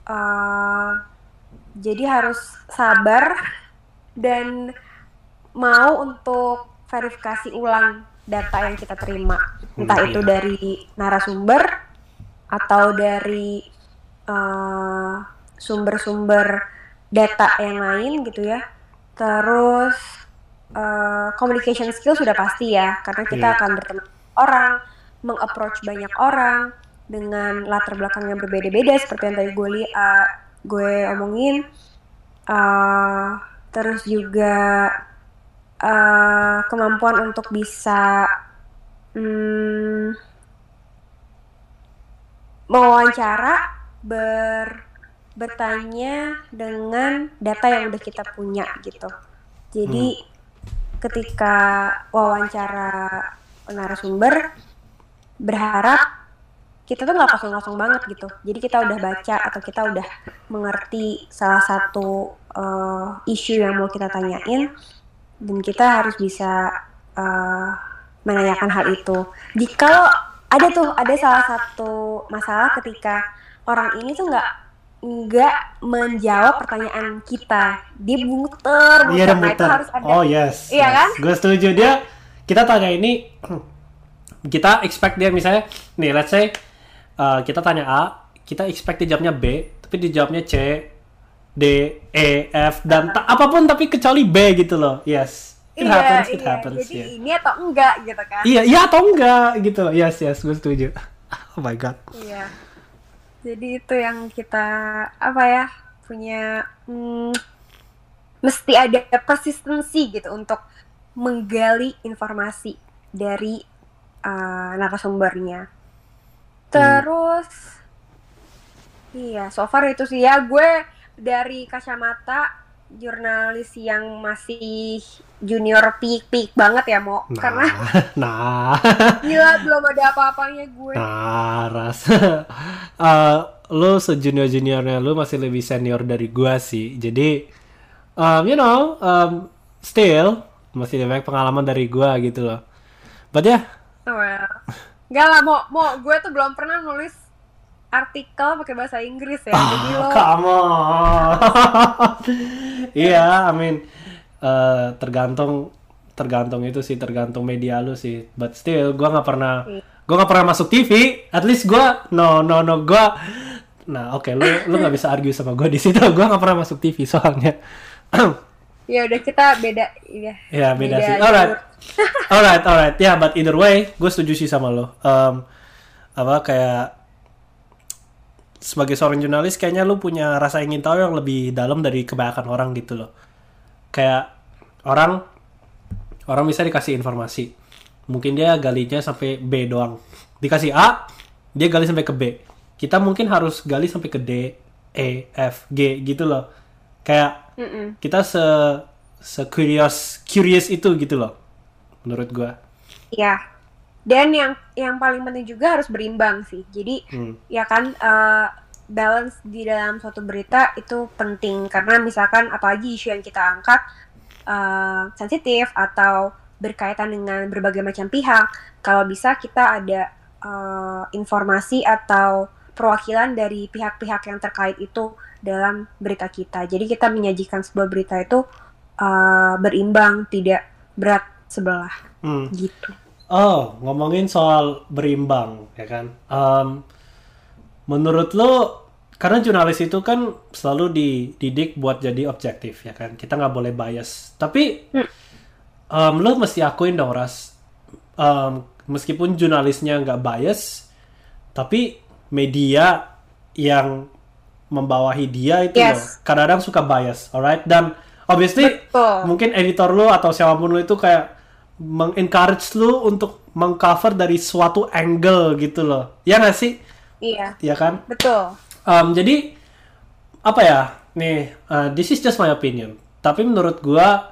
jadi harus sabar dan mau untuk verifikasi ulang data yang kita terima, entah itu dari narasumber atau dari sumber-sumber data yang lain gitu ya. Terus communication skill sudah pasti ya, karena kita akan bertemu orang, meng-approach banyak orang dengan latar belakang yang berbeda-beda seperti yang tadi gue omongin. Terus juga kemampuan untuk bisa mewawancara, bertanya dengan data yang udah kita punya gitu. Jadi ketika wawancara narasumber, berharap kita tuh nggak kosong-kosong banget gitu. Jadi kita udah baca atau kita udah mengerti salah satu isu yang mau kita tanyain, dan kita harus bisa menanyakan hal itu. Jika ada salah satu masalah ketika orang ini tuh nggak menjawab pertanyaan kita, dia muter. Iya, Nah, itu harus ada. Oh yes. Iya kan? Gue setuju. Kita tanya ini, kita expect dia misalnya nih let's say kita tanya A, kita expect dia jawabnya B, tapi dia jawabnya C, D, E, F dan apapun tapi kecuali B gitu loh. Yes. It happens. Jadi ini atau enggak gitu kan? Iya atau enggak gitu loh. Yes, gue setuju. Oh my god. Iya. Jadi itu yang kita punya mesti ada persistensi gitu untuk menggali informasi dari narasumbernya. Terus iya, so far itu sih ya, gue dari kacamata jurnalis yang masih junior peak banget ya karena gila belum ada apa-apanya gue. Ras lu sejunior-juniornya lu masih lebih senior dari gue sih, jadi still masih lebih banyak pengalaman dari gue gitu loh. But ya Enggak lah, mau gue tuh belum pernah nulis artikel pakai bahasa Inggris ya. Jadi lo come on. Iya, tergantung itu sih, tergantung media lu sih. But still, gue nggak pernah masuk TV. At least gue gue. Nah, oke, lu nggak bisa argue sama gue di situ. Gue nggak pernah masuk TV soalnya. Ya udah, kita beda ya. Ya beda sih. Alright. Ya, but either way, gue setuju sih sama lo. Kayak sebagai seorang jurnalis kayaknya lu punya rasa ingin tahu yang lebih dalam dari kebanyakan orang gitu loh. Kayak orang bisa dikasih informasi, mungkin dia galinya sampai B doang. Dikasih A, dia gali sampai ke B. Kita mungkin harus gali sampai ke D, E, F, G gitu loh. Kayak kita curious itu gitu loh, menurut gua. Iya. Dan yang paling penting juga harus berimbang sih. Jadi ya kan balance di dalam suatu berita itu penting, karena misalkan apalagi isu yang kita angkat sensitif atau berkaitan dengan berbagai macam pihak, kalau bisa kita ada informasi atau perwakilan dari pihak-pihak yang terkait itu dalam berita kita. Jadi kita menyajikan sebuah berita itu berimbang, tidak berat sebelah gitu. Oh, ngomongin soal berimbang, ya kan? Menurut lo, karena jurnalis itu kan selalu dididik buat jadi objektif, ya kan? Kita nggak boleh bias. Tapi, lo mesti akuin dong, Ras. Meskipun jurnalisnya nggak bias, tapi media yang membawahi dia itu loh, kadang-kadang suka bias, alright? Dan obviously, mungkin editor lo atau siapapun lo itu kayak mengencourage lu untuk mengcover dari suatu angle gitu loh. Ya nggak sih? Iya. Iya kan? Betul. Jadi apa ya? Nih, this is just my opinion. Tapi menurut gua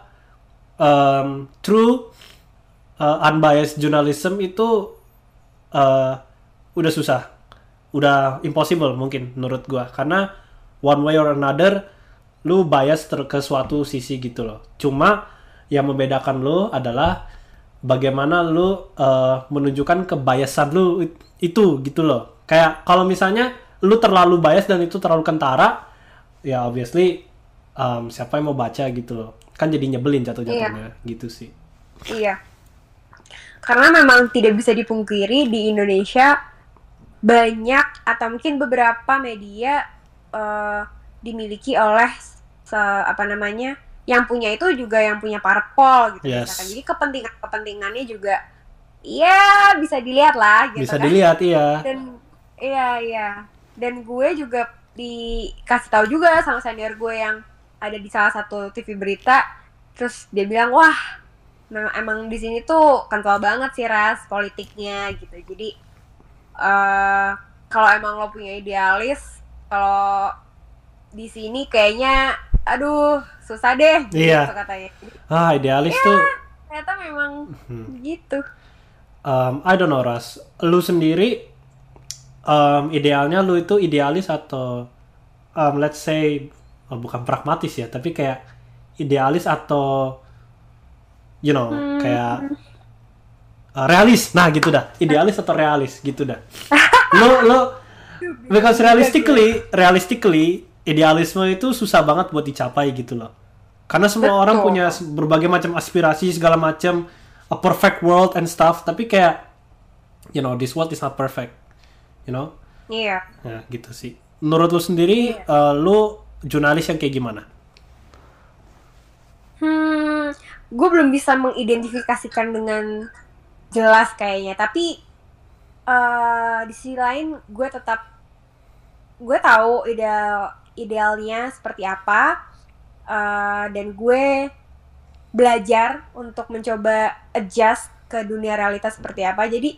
true unbiased journalism itu udah susah. Udah impossible mungkin menurut gua, karena one way or another lu bias ke suatu sisi gitu loh. Cuma yang membedakan lu adalah bagaimana lu menunjukkan kebiasan lu itu gitu loh. Kayak kalau misalnya lu terlalu bias dan itu terlalu kentara, ya obviously siapa yang mau baca gitu loh. Kan jadi nyebelin jatuh-jatuhnya gitu sih. Iya. Karena memang tidak bisa dipungkiri di Indonesia banyak atau mungkin beberapa media dimiliki oleh yang punya itu juga yang punya parpol gitu misalkan. Jadi kepentingannya juga ya bisa dilihat lah gitu. Bisa dilihat, iya. Dan iya. Dan gue juga dikasih tahu juga sama senior gue yang ada di salah satu TV berita, terus dia bilang, "Wah, emang di sini tuh kental banget sih Ras politiknya gitu." Jadi kalau emang lo punya idealis, kalau di sini kayaknya aduh susah deh gitu katanya. Idealis tuh ternyata memang gitu. I don't know, Ras. Lu sendiri idealnya lu itu idealis atau let's say bukan pragmatis ya, tapi kayak idealis atau kayak realis. Nah, gitu dah. Idealis atau realis gitu dah. Lu because realistically idealisme itu susah banget buat dicapai gitu loh. Karena semua orang punya berbagai macam aspirasi segala macam, a perfect world and stuff, tapi kayak this world is not perfect, you know. Iya. Ya gitu sih. Menurut lu sendiri, lu jurnalis yang kayak gimana? Gue belum bisa mengidentifikasikan dengan jelas kayaknya, tapi di sisi lain gue tahu idealnya seperti apa, dan gue belajar untuk mencoba adjust ke dunia realitas seperti apa. Jadi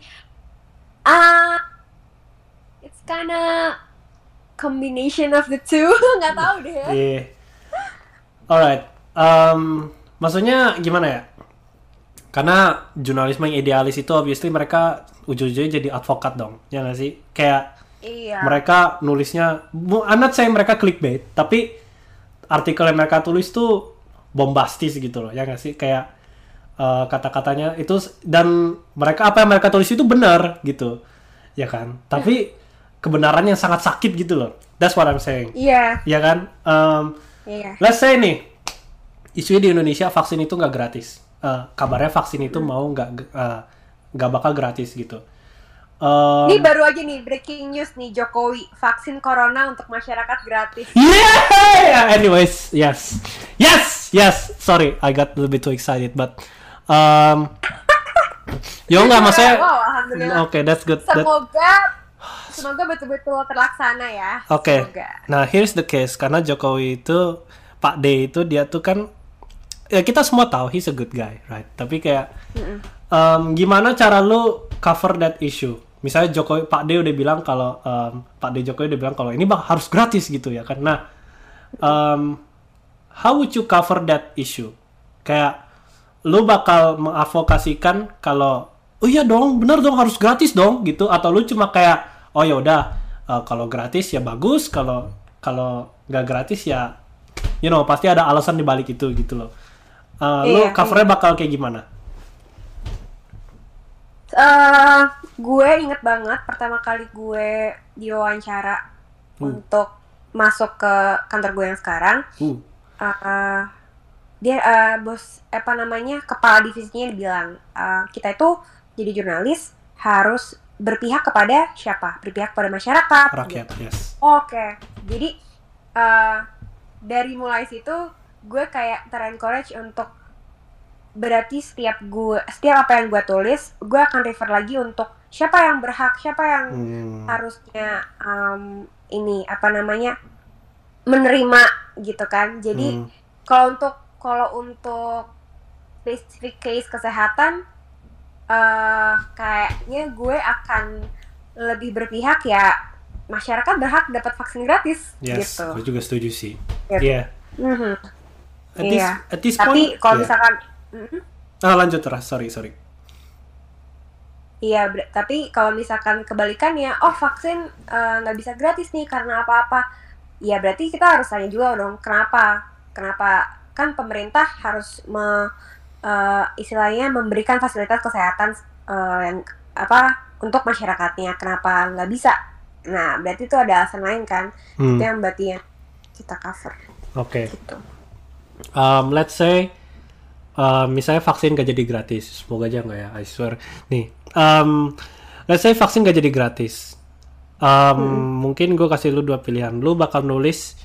it's kinda combination of the two. Nggak tahu deh. Yeah. Alright. Maksudnya gimana ya? Karena jurnalisme yang idealis itu obviously mereka ujung-ujungnya jadi advokat dong, ya nggak sih? Kayak mereka nulisnya, I'm not saying mereka clickbait, tapi artikel yang mereka tulis tuh bombastis gitu loh, ya nggak sih? Kayak kata-katanya itu, dan mereka apa yang mereka tulis itu benar gitu, ya kan? Tapi kebenarannya yang sangat sakit gitu loh. That's what I'm saying. Iya. Ya kan? Let's say nih, isu di Indonesia vaksin itu nggak gratis. Kabarnya vaksin itu mau nggak bakal gratis gitu. Ini baru aja nih breaking news nih, Jokowi vaksin corona untuk masyarakat gratis. Yeah! Anyways, yes. Sorry, I got a little bit too excited, but yo nggak maksudnya. Wow, alhamdulillah. Okay, that's good. Semoga betul-betul terlaksana ya. Oke. Nah, here's the case, karena Jokowi itu, Pak D itu dia tuh kan, ya kita semua tahu he's a good guy, right? Tapi kayak gimana cara lu cover that issue? Misalnya Pak D udah bilang kalau Jokowi udah bilang kalau ini harus gratis gitu ya kan. Nah, how would you cover that issue? Kayak lu bakal mengadvokasikan kalau oh iya dong, bener dong harus gratis dong gitu, atau lu cuma kayak oh ya udah kalau gratis ya bagus, kalau nggak gratis ya pasti ada alasan di balik itu gitu loh. Lu covernya bakal kayak gimana? Gue inget banget pertama kali gue diwawancara untuk masuk ke kantor gue yang sekarang. Dia kepala divisinya bilang kita itu jadi jurnalis harus berpihak kepada siapa? Berpihak kepada masyarakat. Rakyat, gitu. Yes. Oke. Jadi dari mulai situ gue kayak ter-encourage untuk berarti setiap apa yang gue tulis, gue akan refer lagi untuk siapa yang berhak, siapa yang harusnya menerima gitu kan. Jadi kalau untuk specific case kesehatan, kayaknya gue akan lebih berpihak ya masyarakat berhak dapat vaksin gratis. Yes, gitu. Gue juga setuju sih. Iya. Yeah. At this Tapi point, kalau misalkan lanjut terus, sorry. Iya, tapi kalau misalkan kebalikannya, vaksin nggak bisa gratis nih karena apa-apa, ya berarti kita harus tanya juga dong, kenapa kan pemerintah harus istilahnya memberikan fasilitas kesehatan yang untuk masyarakatnya, kenapa nggak bisa? Nah, berarti itu ada alasan lain kan, itu yang berarti yang kita cover. Oke. Gitu. Let's say misalnya vaksin gak jadi gratis, semoga aja nggak ya, I swear. Nih, let's say vaksin gak jadi gratis. Mungkin gue kasih lu dua pilihan. Lu bakal nulis,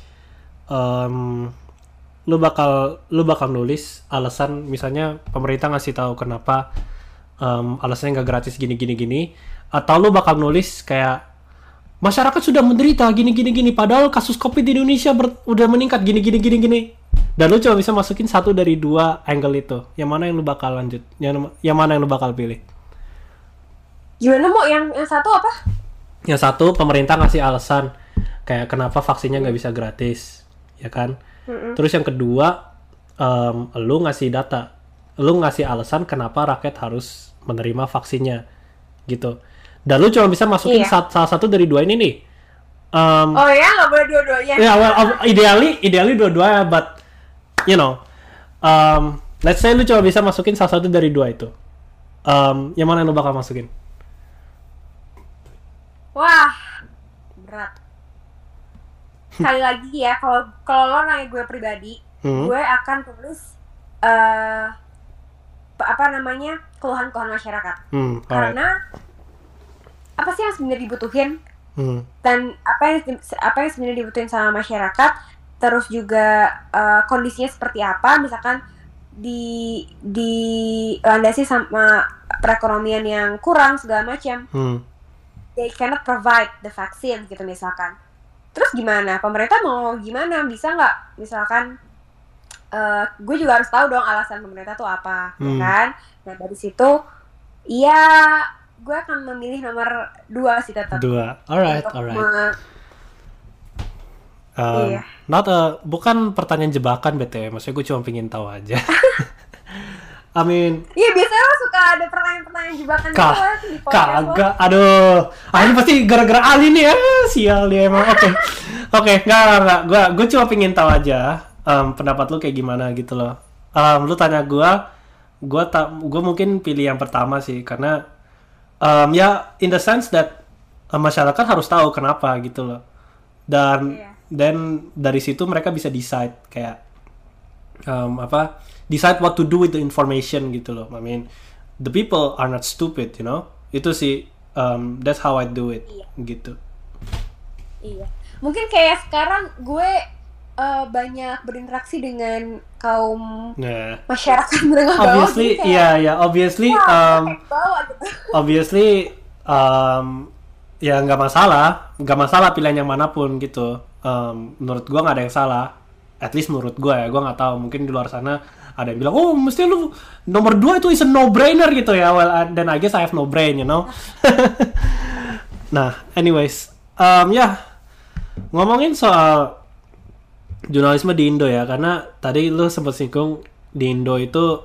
lu bakal nulis alasan, misalnya pemerintah ngasih tahu kenapa alasannya gak gratis gini, atau lu bakal nulis kayak masyarakat sudah menderita gini, padahal kasus COVID di Indonesia udah meningkat gini. Dan lu cuma bisa masukin satu dari dua angle itu. Yang mana yang lu bakal lanjut? Yang mana yang lu bakal pilih? Gimana mau yang satu apa? Yang satu pemerintah ngasih alasan kayak kenapa vaksinnya nggak bisa gratis, ya kan? Terus yang kedua, lu ngasih data, lu ngasih alasan kenapa rakyat harus menerima vaksinnya, gitu. Dan lu cuma bisa masukin salah satu dari dua ini nih. Nggak boleh dua-duanya. Ya, ideally dua-duanya, but let's say lu cuma bisa masukin salah satu dari dua itu. Yang mana yang lu bakal masukin? Wah, berat. Sekali lagi ya, kalau lo nanya gue pribadi, gue akan tulis keluhan-keluhan masyarakat. Karena apa sih yang sebenarnya dibutuhin Hmm. dan apa yang sebenarnya dibutuhin sama masyarakat, terus juga kondisinya seperti apa, misalkan di landasi sama perekonomian yang kurang segala macam, they cannot provide the vaccine gitu misalkan. Terus gimana? Pemerintah mau gimana? Bisa nggak? Misalkan gue juga harus tahu dong alasan pemerintah tuh apa, ya kan? Nah dari situ, iya gue akan memilih nomor 2 sih tetap. 2. Alright. Iya. Bukan pertanyaan jebakan BTW, maksudnya gue cuma pengen tahu aja. I mean, Iya biasanya lo suka ada pertanyaan-pertanyaan jebakan gitu kan di podcast lo. kagak, aduh, ini pasti gara-gara Ali nih ya, sial dia emang. Oke, enggak, gue cuma pengen tahu aja, pendapat lu kayak gimana gitu loh. Lu tanya gue mungkin pilih yang pertama sih, karena ya in the sense that masyarakat harus tahu kenapa gitu loh, dan dari situ mereka bisa decide kayak decide what to do with the information gitu loh. I mean, the people are not stupid, you know. Itu sih, that's how I do it, gitu. Iya. Mungkin kayak sekarang gue banyak berinteraksi dengan kaum masyarakat menengah bawah. Obviously, obviously, ya nggak masalah pilihan yang manapun gitu. Menurut gue nggak ada yang salah. At least menurut gue ya, gue nggak tahu. Mungkin di luar sana ada yang bilang, oh mesti lu nomor 2 itu is a no-brainer gitu ya. Well, then I guess I have no brain, you know. Nah, anyways, ngomongin soal jurnalisme di Indo ya, karena tadi lu sempat singgung di Indo itu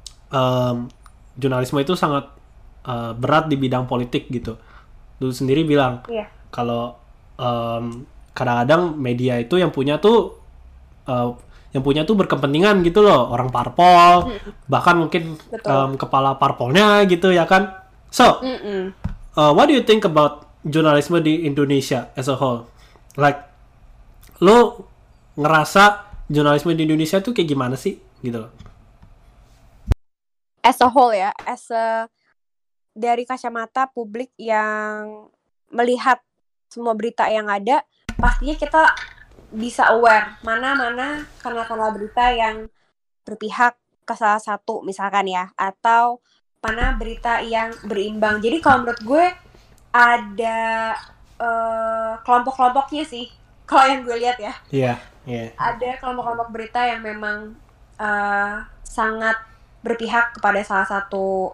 jurnalisme itu sangat berat di bidang politik gitu. Lu sendiri bilang kalau kadang-kadang media itu yang punya tuh berkepentingan gitu loh, orang parpol, bahkan mungkin kepala parpolnya gitu ya kan. So, what do you think about jurnalisme di Indonesia as a whole? Like, lo ngerasa jurnalisme di Indonesia tuh kayak gimana sih gitu loh? As a whole ya, dari kacamata publik yang melihat semua berita yang ada, pastinya kita bisa aware mana kanal-kanal berita yang berpihak ke salah satu misalkan ya, atau mana berita yang berimbang. Jadi kalau menurut gue ada kelompok-kelompoknya sih, kalau yang gue lihat ya. Ada kelompok-kelompok berita yang memang sangat berpihak kepada salah satu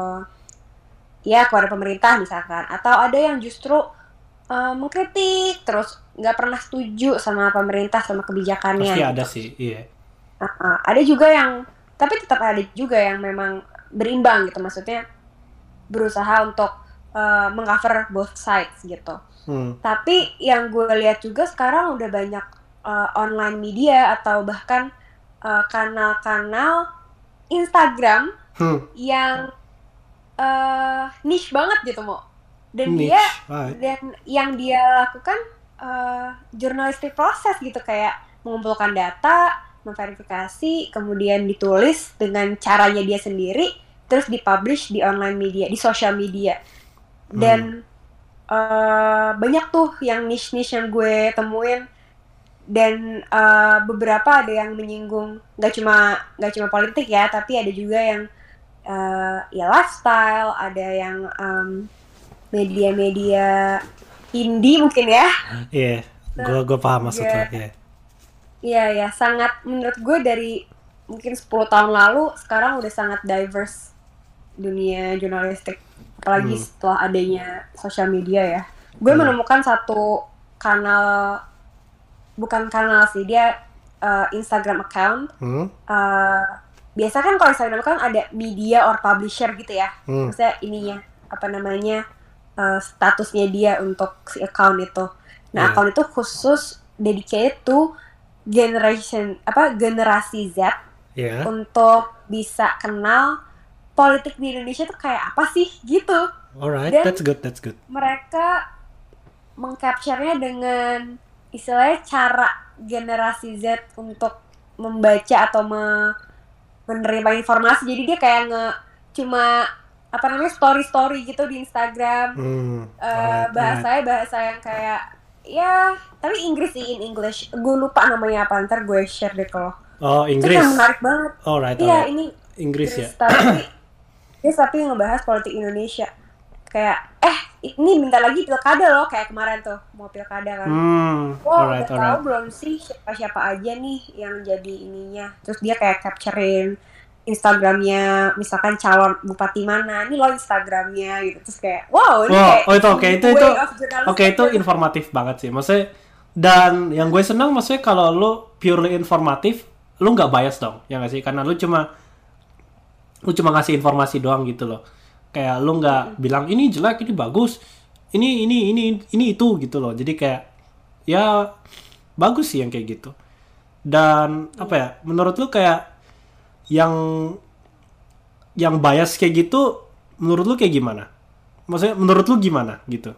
kepada pemerintah misalkan, atau ada yang justru mengkritik terus nggak pernah setuju sama pemerintah sama kebijakannya. Pasti ada sih, iya. Ada juga yang, tapi tetap ada juga yang memang berimbang gitu, maksudnya berusaha untuk meng-cover both sides gitu. Tapi yang gue lihat juga sekarang udah banyak online media atau bahkan kanal-kanal Instagram yang niche banget gitu Mo. Dan yang dia lakukan journalistic proses gitu, kayak mengumpulkan data, memverifikasi, kemudian ditulis dengan caranya dia sendiri, terus dipublish di online media, di social media. Dan banyak tuh yang niche-niche yang gue temuin, dan beberapa ada yang menyinggung nggak cuma politik ya, tapi ada juga yang lifestyle, ada yang media-media indie mungkin ya. Iya, gue paham maksudnya. Iya, sangat, menurut gue dari mungkin 10 tahun lalu sekarang udah sangat diverse dunia jurnalistik, apalagi setelah adanya sosial media ya. Gue menemukan satu kanal, bukan kanal sih, dia Instagram account. Biasa kan kalau Instagram account ada media or publisher gitu ya, maksudnya ininya apa namanya, statusnya dia untuk si account itu. Nah, account itu khusus dedicated to generasi Z, untuk bisa kenal politik di Indonesia tuh kayak apa sih gitu. Alright, dan that's good. Mereka mengcapture-nya dengan istilahnya cara generasi Z untuk membaca atau menerima informasi. Jadi dia kayak cuma apa namanya story gitu di Instagram. Alright. Bahasanya bahasa yang kayak ya tapi Inggris sih, in English. Gue lupa namanya apa, ntar gue share deh kalau. Oh, Itu kayak Inggris. menarik banget. Iya, Alright. ini Inggris ya. Inggris tapi ngebahas politik Indonesia. Kayak ini bentar lagi pilkada loh, kayak kemarin tuh mau pilkada kan. Wah, udah tahu Alright. belum sih siapa-siapa aja nih yang jadi ininya. Terus dia kayak capturein Instagramnya, misalkan calon bupati mana, ini loh Instagramnya gitu. Terus kayak, wow, ini kayak Oh, itu oke, itu way of oke, journalism itu banget. informatif banget sih. Maksudnya, dan yang gue senang maksudnya kalau lu purely informatif, lu nggak bias dong, ya nggak sih? Karena lu cuma ngasih informasi doang gitu loh. Kayak lu nggak bilang ini jelek, ini bagus, ini itu gitu loh. Jadi kayak ya bagus sih yang kayak gitu. Dan apa ya? Menurut lu kayak yang bias kayak gitu, menurut lu kayak gimana? Maksudnya menurut lu gimana gitu?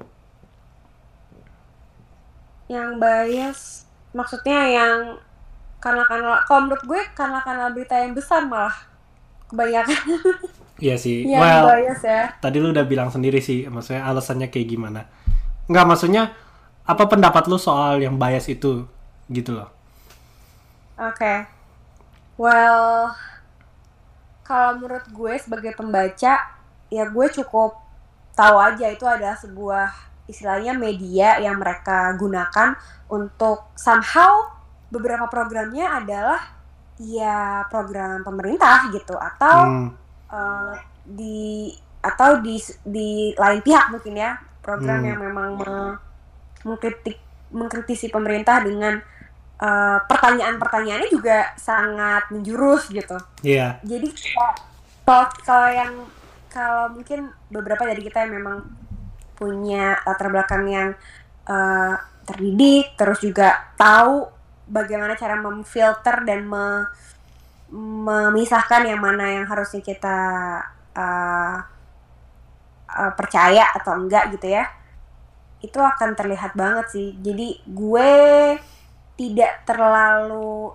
Yang bias, maksudnya yang karena kalau menurut gue karena berita yang besar malah kebanyakan Iya sih. yang Well, bias ya. tadi lu udah bilang sendiri sih, maksudnya alasannya kayak gimana? Nggak, maksudnya apa pendapat lu soal yang bias itu gitu loh? Oke. Well, kalau menurut gue sebagai pembaca, ya gue cukup tahu aja itu adalah sebuah istilahnya media yang mereka gunakan untuk somehow beberapa programnya adalah ya program pemerintah gitu Hmm, eh, di di lain pihak mungkin ya program hmm, yang memang mengkritisi pemerintah dengan pertanyaan-pertanyaannya juga sangat menjurus gitu. iya, Jadi kalau mungkin beberapa dari kita yang memang punya latar belakang yang terdidik, terus juga tahu bagaimana cara memfilter dan memisahkan yang mana yang harusnya kita uh, percaya atau enggak gitu ya, itu akan terlihat banget sih. Jadi gue tidak terlalu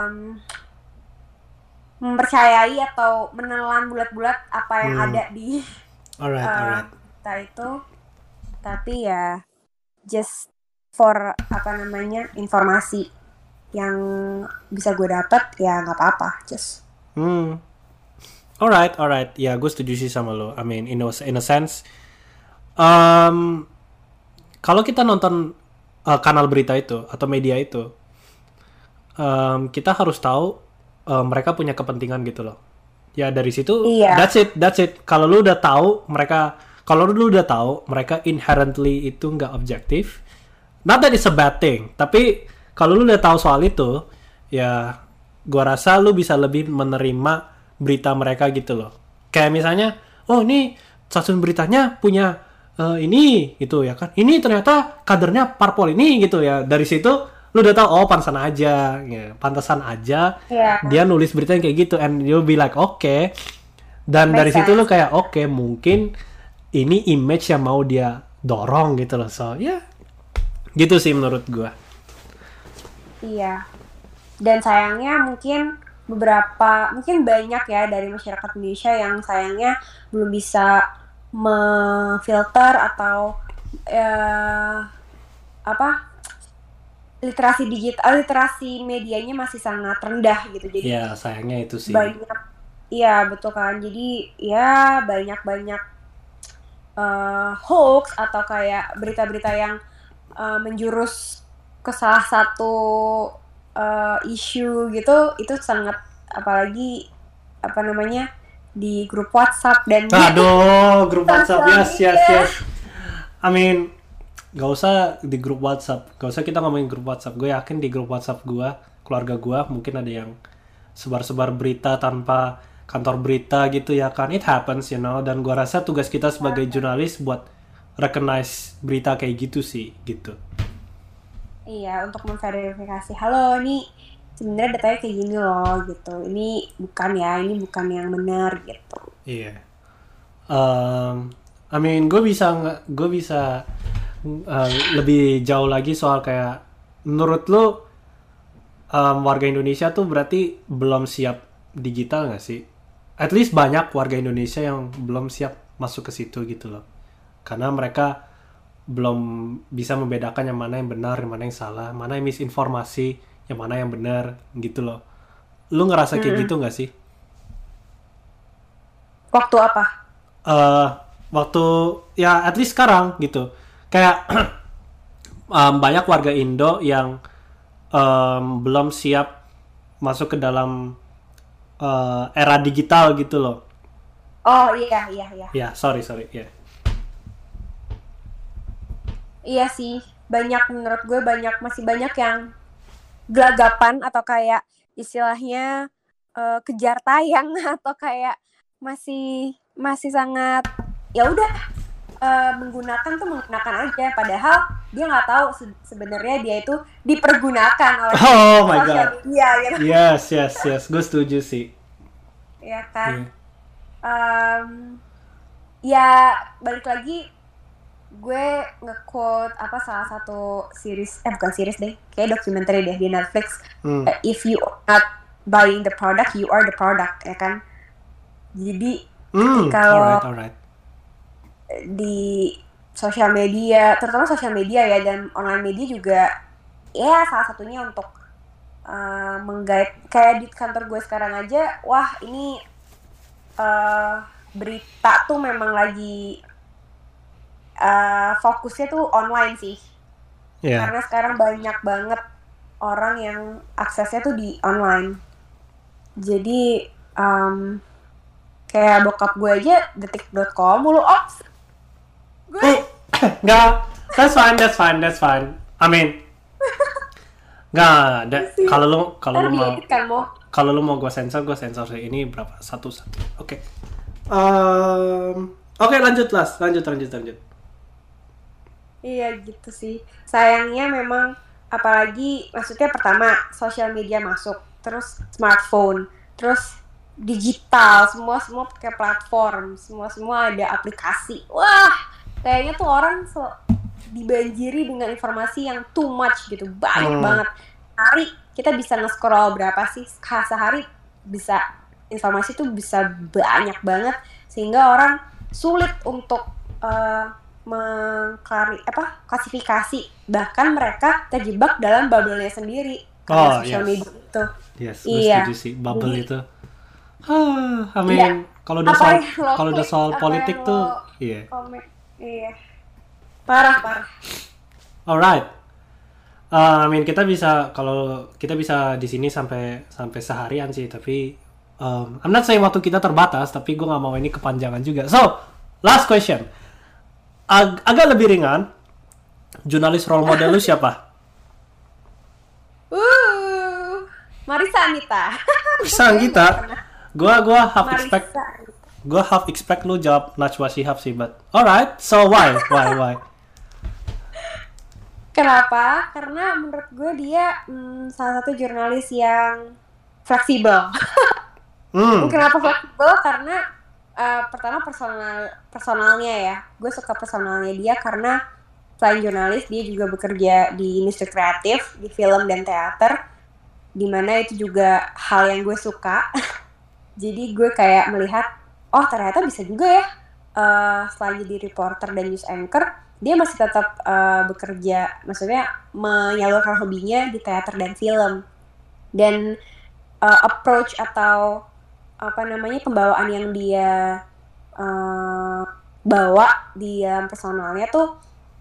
mempercayai atau menelan bulat-bulat apa yang ada di alright. kita itu, tapi ya just for apa namanya informasi yang bisa gue dapat ya nggak apa-apa just. Alright. Ya, gue setuju sih sama lo. I mean, in a sense, um, kalau kita nonton kanal berita itu atau media itu, kita harus tahu mereka punya kepentingan gitu loh. Ya dari situ, Iya. that's it. Kalau lu udah tahu mereka inherently itu nggak objektif. Not that it's a bad thing, tapi kalau lu udah tahu soal itu, ya gua rasa lu bisa lebih menerima berita mereka gitu loh. Kayak misalnya, oh ini stasiun beritanya punya ini gitu ya kan. Ini ternyata kadernya parpol ini gitu ya. Dari situ lu udah tahu oh pantasan aja Iya. dia nulis berita yang kayak gitu and you'll be like okay. Dan dari Make situ lu sense. kayak oke, mungkin ini image yang mau dia dorong gitu loh. So, ya gitu sih menurut gua. Iya. Dan sayangnya mungkin banyak ya dari masyarakat Indonesia yang sayangnya belum bisa memfilter atau apa literasi medianya masih sangat rendah gitu. Jadi Ya, sayangnya itu sih. banyak, iya betul kan. Jadi ya banyak hoax atau kayak berita-berita yang menjurus ke salah satu isu gitu, itu sangat, apalagi apa namanya di grup WhatsApp dan Aduh, grup WhatsApp. sosial Yes. media. I mean, gak usah di grup WhatsApp. Gak usah kita ngomongin grup WhatsApp. Gue yakin di grup WhatsApp gue, keluarga gue, mungkin ada yang sebar-sebar berita tanpa kantor berita gitu ya kan. It happens, you know. Dan gue rasa tugas kita sebagai jurnalis buat recognize berita kayak gitu sih, gitu. Iya, untuk memverifikasi, halo ini sebenarnya datanya kayak gini loh gitu, ini bukan yang benar gitu. Iya. I mean, gue bisa lebih jauh lagi soal kayak menurut lo warga Indonesia tuh berarti belum siap digital nggak sih? at least banyak warga Indonesia yang belum siap masuk ke situ gitu loh. Karena mereka belum bisa membedakan yang mana yang benar, yang mana yang salah, mana yang misinformasi, yang mana yang benar gitu loh. Lu ngerasa kayak gitu nggak sih? Waktu apa? Waktu ya at least sekarang gitu. Kayak banyak warga Indo yang belum siap masuk ke dalam era digital gitu loh. Oh iya. Ya, sorry, ya. Iya sih, menurut gue masih banyak yang gelagapan atau kayak istilahnya kejar tayang atau kayak masih sangat ya udah menggunakan aja, padahal dia nggak tahu sebenarnya dia itu dipergunakan oleh Oh my sosial god. media gitu. Yes, gue setuju sih. Ya kan. Yeah. Ya balik lagi, gue nge-quote salah satu series, bukan series deh, kayak dokumenter deh di Netflix. If you are not buying the product, you are the product, ya kan. Jadi kalau alright. di sosial media, terutama sosial media ya, dan online media juga, ya salah satunya untuk menggait. Kayak di kantor gue sekarang aja, wah ini berita tuh memang lagi fokusnya tuh online sih. Yeah. Karena sekarang banyak banget orang yang aksesnya tuh di online. Jadi kayak bokap gue aja detik.com mulu ops. Nggak, that's fine. I mean, nggak, kalau lu mau gue sensor sih. Ini berapa? Satu. Oke. Oke, lanjut. Iya gitu sih. Sayangnya memang, apalagi maksudnya pertama sosial media masuk, terus smartphone, terus digital, semua pakai platform, semua ada aplikasi. Wah, kayaknya tuh orang dibanjiri dengan informasi yang too much gitu, banyak banget. Hari kita bisa nge-scroll berapa sih sehari, bisa informasi tuh bisa banyak banget, sehingga orang sulit untuk klasifikasi, bahkan mereka terjebak dalam bubble-nya sendiri karena sosial media itu. Yes, setuju sih, bubble itu. I mean, kalau udah soal politik tuh, iya. Iya. Parah. Alright. I mean, kita bisa di sini sampai seharian sih, tapi I'm not saying waktu kita terbatas, tapi gue nggak mau ini kepanjangan juga. So, last question. Agak lebih ringan. Jurnalis role model lu siapa? Marissa Anita. Gue half expect lu jawab Najwa Shihab sih, but alright. So why? Kenapa? Karena menurut gue dia salah satu jurnalis yang fleksibel. Kenapa fleksibel? Karena pertama personalnya ya. Gue suka personalnya dia karena selain jurnalis, dia juga bekerja di industri kreatif, di film dan teater, dimana itu juga hal yang gue suka. Jadi gue kayak melihat, oh ternyata bisa juga ya, selain jadi reporter dan news anchor, dia masih tetap bekerja, maksudnya menyalurkan hobinya di teater dan film. Dan approach atau pembawaan yang dia bawa di dalam personalnya tuh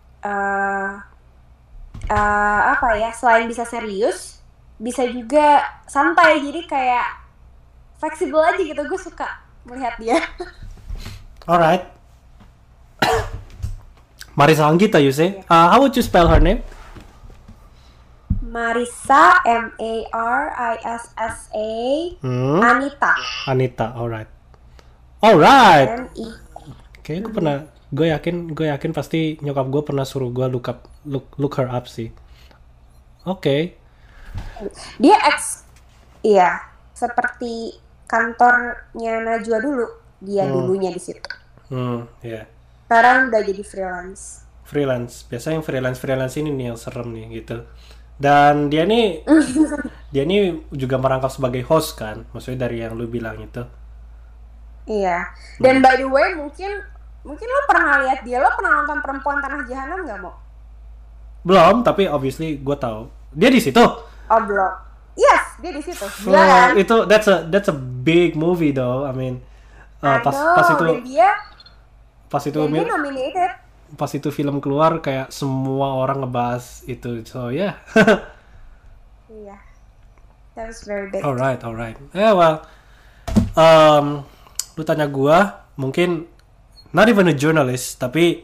selain bisa serius, bisa juga santai, jadi kayak fleksibel aja gitu. Gue suka melihat dia. Alright. Marissa Anggita, you say? How would you spell her name? Marissa, Marissa. Anita, alright. Oke, gue yakin pasti nyokap gue pernah suruh gue look her up sih. Oke. Dia iya, seperti kantornya Najwa dulu, dia dulunya di situ. Yeah. Sekarang udah jadi freelance. Biasanya yang freelance ini nih yang serem nih gitu. Dan dia nih juga merangkap sebagai host kan, maksudnya dari yang lu bilang itu. Iya. Dan by the way, mungkin lo pernah lihat dia, lo pernah nonton Perempuan Tanah Jahanam nggak, Mo? Belum, tapi obviously gue tahu. Dia di situ. Oh, belum. Yes, dia di situ. Gila kan? Itu that's a big movie though. I mean, pas itu dan dia nominated. Pas itu film keluar kayak semua orang ngebahas itu. So yeah. Iya. That was very big. Alright. Well, lu tanya gua, mungkin not even a journalist, tapi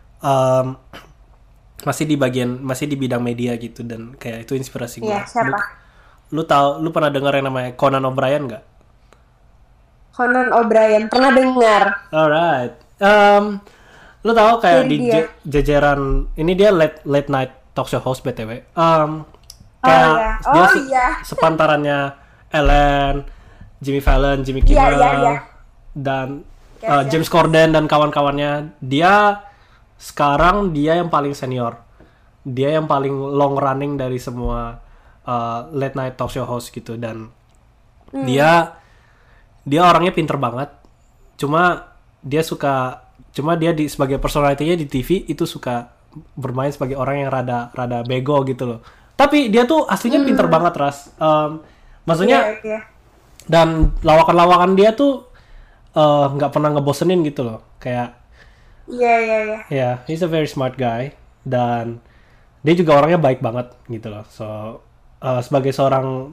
masih di bidang media gitu, dan kayak itu inspirasi gua. Iya, siapa? Lu pernah dengar yang namanya Conan O'Brien nggak? Conan O'Brien pernah dengar. Alright. Lu tahu kayak di jajaran ini dia late night talk show host BTW. Kayak dia sepantarannya Ellen, Jimmy Fallon, Jimmy Kimmel, dan James Corden dan kawan-kawannya. Sekarang dia yang paling senior. Dia yang paling long running dari semua late night talk show host gitu, dan dia orangnya pinter banget. Cuma dia sebagai personality-nya di TV itu suka bermain sebagai orang yang rada bego gitu loh. Tapi dia tuh aslinya pinter banget, Ras. Maksudnya dan lawakan-lawakan dia tuh nggak pernah ngebosenin gitu loh. Kayak yeah, he's a very smart guy, dan dia juga orangnya baik banget gitu loh. So sebagai seorang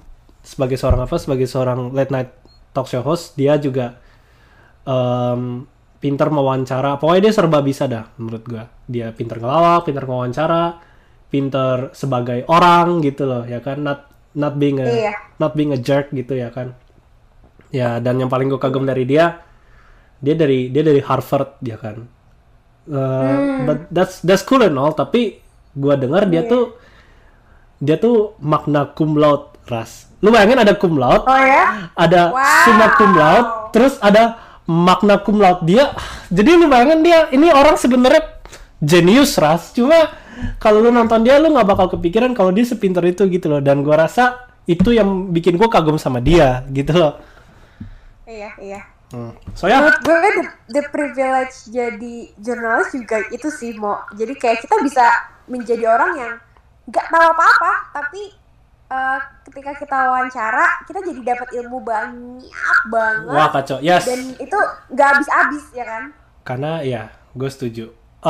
late night talk show host, dia juga pinter mewawancara. Pokoknya dia serba bisa dah menurut gua. Dia pinter ngelawak, pinter mewawancara, pinter sebagai orang gitu loh, ya kan? Not being a jerk gitu, ya kan? Ya, dan yang paling gue kagum dari dia dari Harvard, ya kan? But that's cool and all, tapi gua dengar dia tuh magna cum laude, Ras. Lu bayangin ada cum laude, ada summa cum laude, terus ada magna cum laude. Jadi lu bayangin dia ini orang sebenarnya jenius, Ras. Cuma kalau lu nonton dia, lu nggak bakal kepikiran kalau dia sepinter itu gitu loh. Dan gua rasa itu yang bikin gua kagum sama dia gitu loh. Iya. So ya. Menurut gue the privilege jadi jurnalis juga itu sih, Mo. Jadi kayak kita bisa menjadi orang yang nggak tahu apa-apa, tapi ketika kita wawancara, kita jadi dapat ilmu banyak banget. Wah, kacau. Yes. Dan itu nggak habis-habis, ya kan? Karena ya, gue setuju.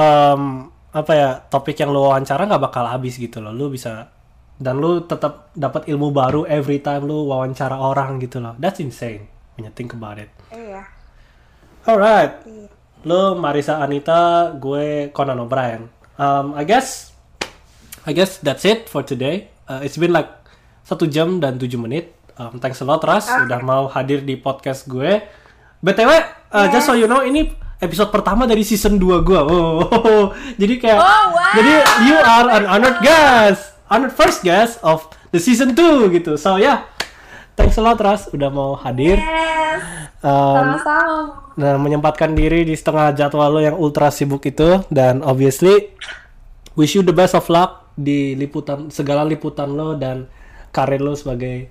Topik yang lo wawancara nggak bakal habis gitu loh. Lu bisa, dan lu tetap dapat ilmu baru every time lu wawancara orang gitu loh. That's insane when you think about it. Iya. Alright. Lu Marissa Anita, gue Conan O'Brien. I guess that's it for today. It's been like 1 jam dan 7 menit. Thanks a lot, Ras, udah mau hadir di podcast gue. BTW, just so you know, ini episode pertama dari season 2 gue. Jadi kayak, jadi you are an honored first guest of the season 2 gitu. So yeah, thanks a lot, Ras, udah mau hadir. Yes. Sama-sama. Dan menyempatkan diri di setengah jadwal lo yang ultra sibuk itu. Dan obviously, wish you the best of luck di segala liputan lo dan karir lo sebagai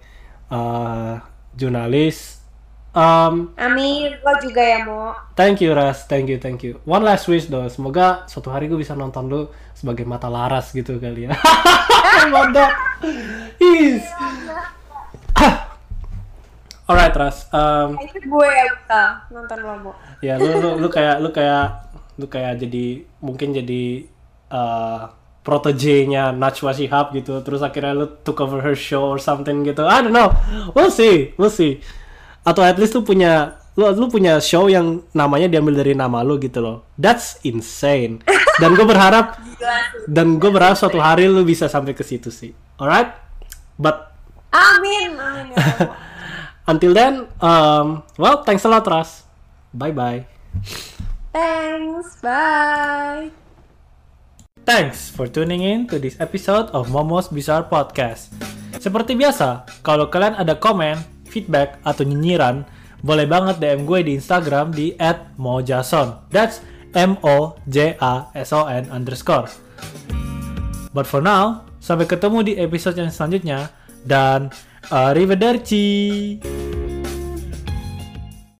jurnalis. Amin, lo juga ya, Mo. Thank you, Ras, thank you. One last wish though, semoga suatu hari gue bisa nonton lo sebagai Mata Laras gitu kali ya. Mantap. Alright, Ras. Itu gue yang bisa nonton lo, Mo. Ya, lu kayak jadi mungkin jadi protege-nya Najwa Shihab gitu, terus akhirnya lu took over her show or something gitu. I don't know. We'll see. Atau at least lu punya show yang namanya diambil dari nama lu gitu loh. That's insane. Dan gue berharap suatu hari lu bisa sampai ke situ sih. Alright? But Amin. until then, well, thanks a lot, Ras. Bye-bye. Thanks. Bye. Thanks for tuning in to this episode of Momo's Bizarre Podcast. Seperti biasa, kalau kalian ada komen, feedback, atau nyinyiran, boleh banget DM gue di Instagram di @mojason. That's MOJASON_. But for now, sampai ketemu di episode yang selanjutnya, dan arrivederci.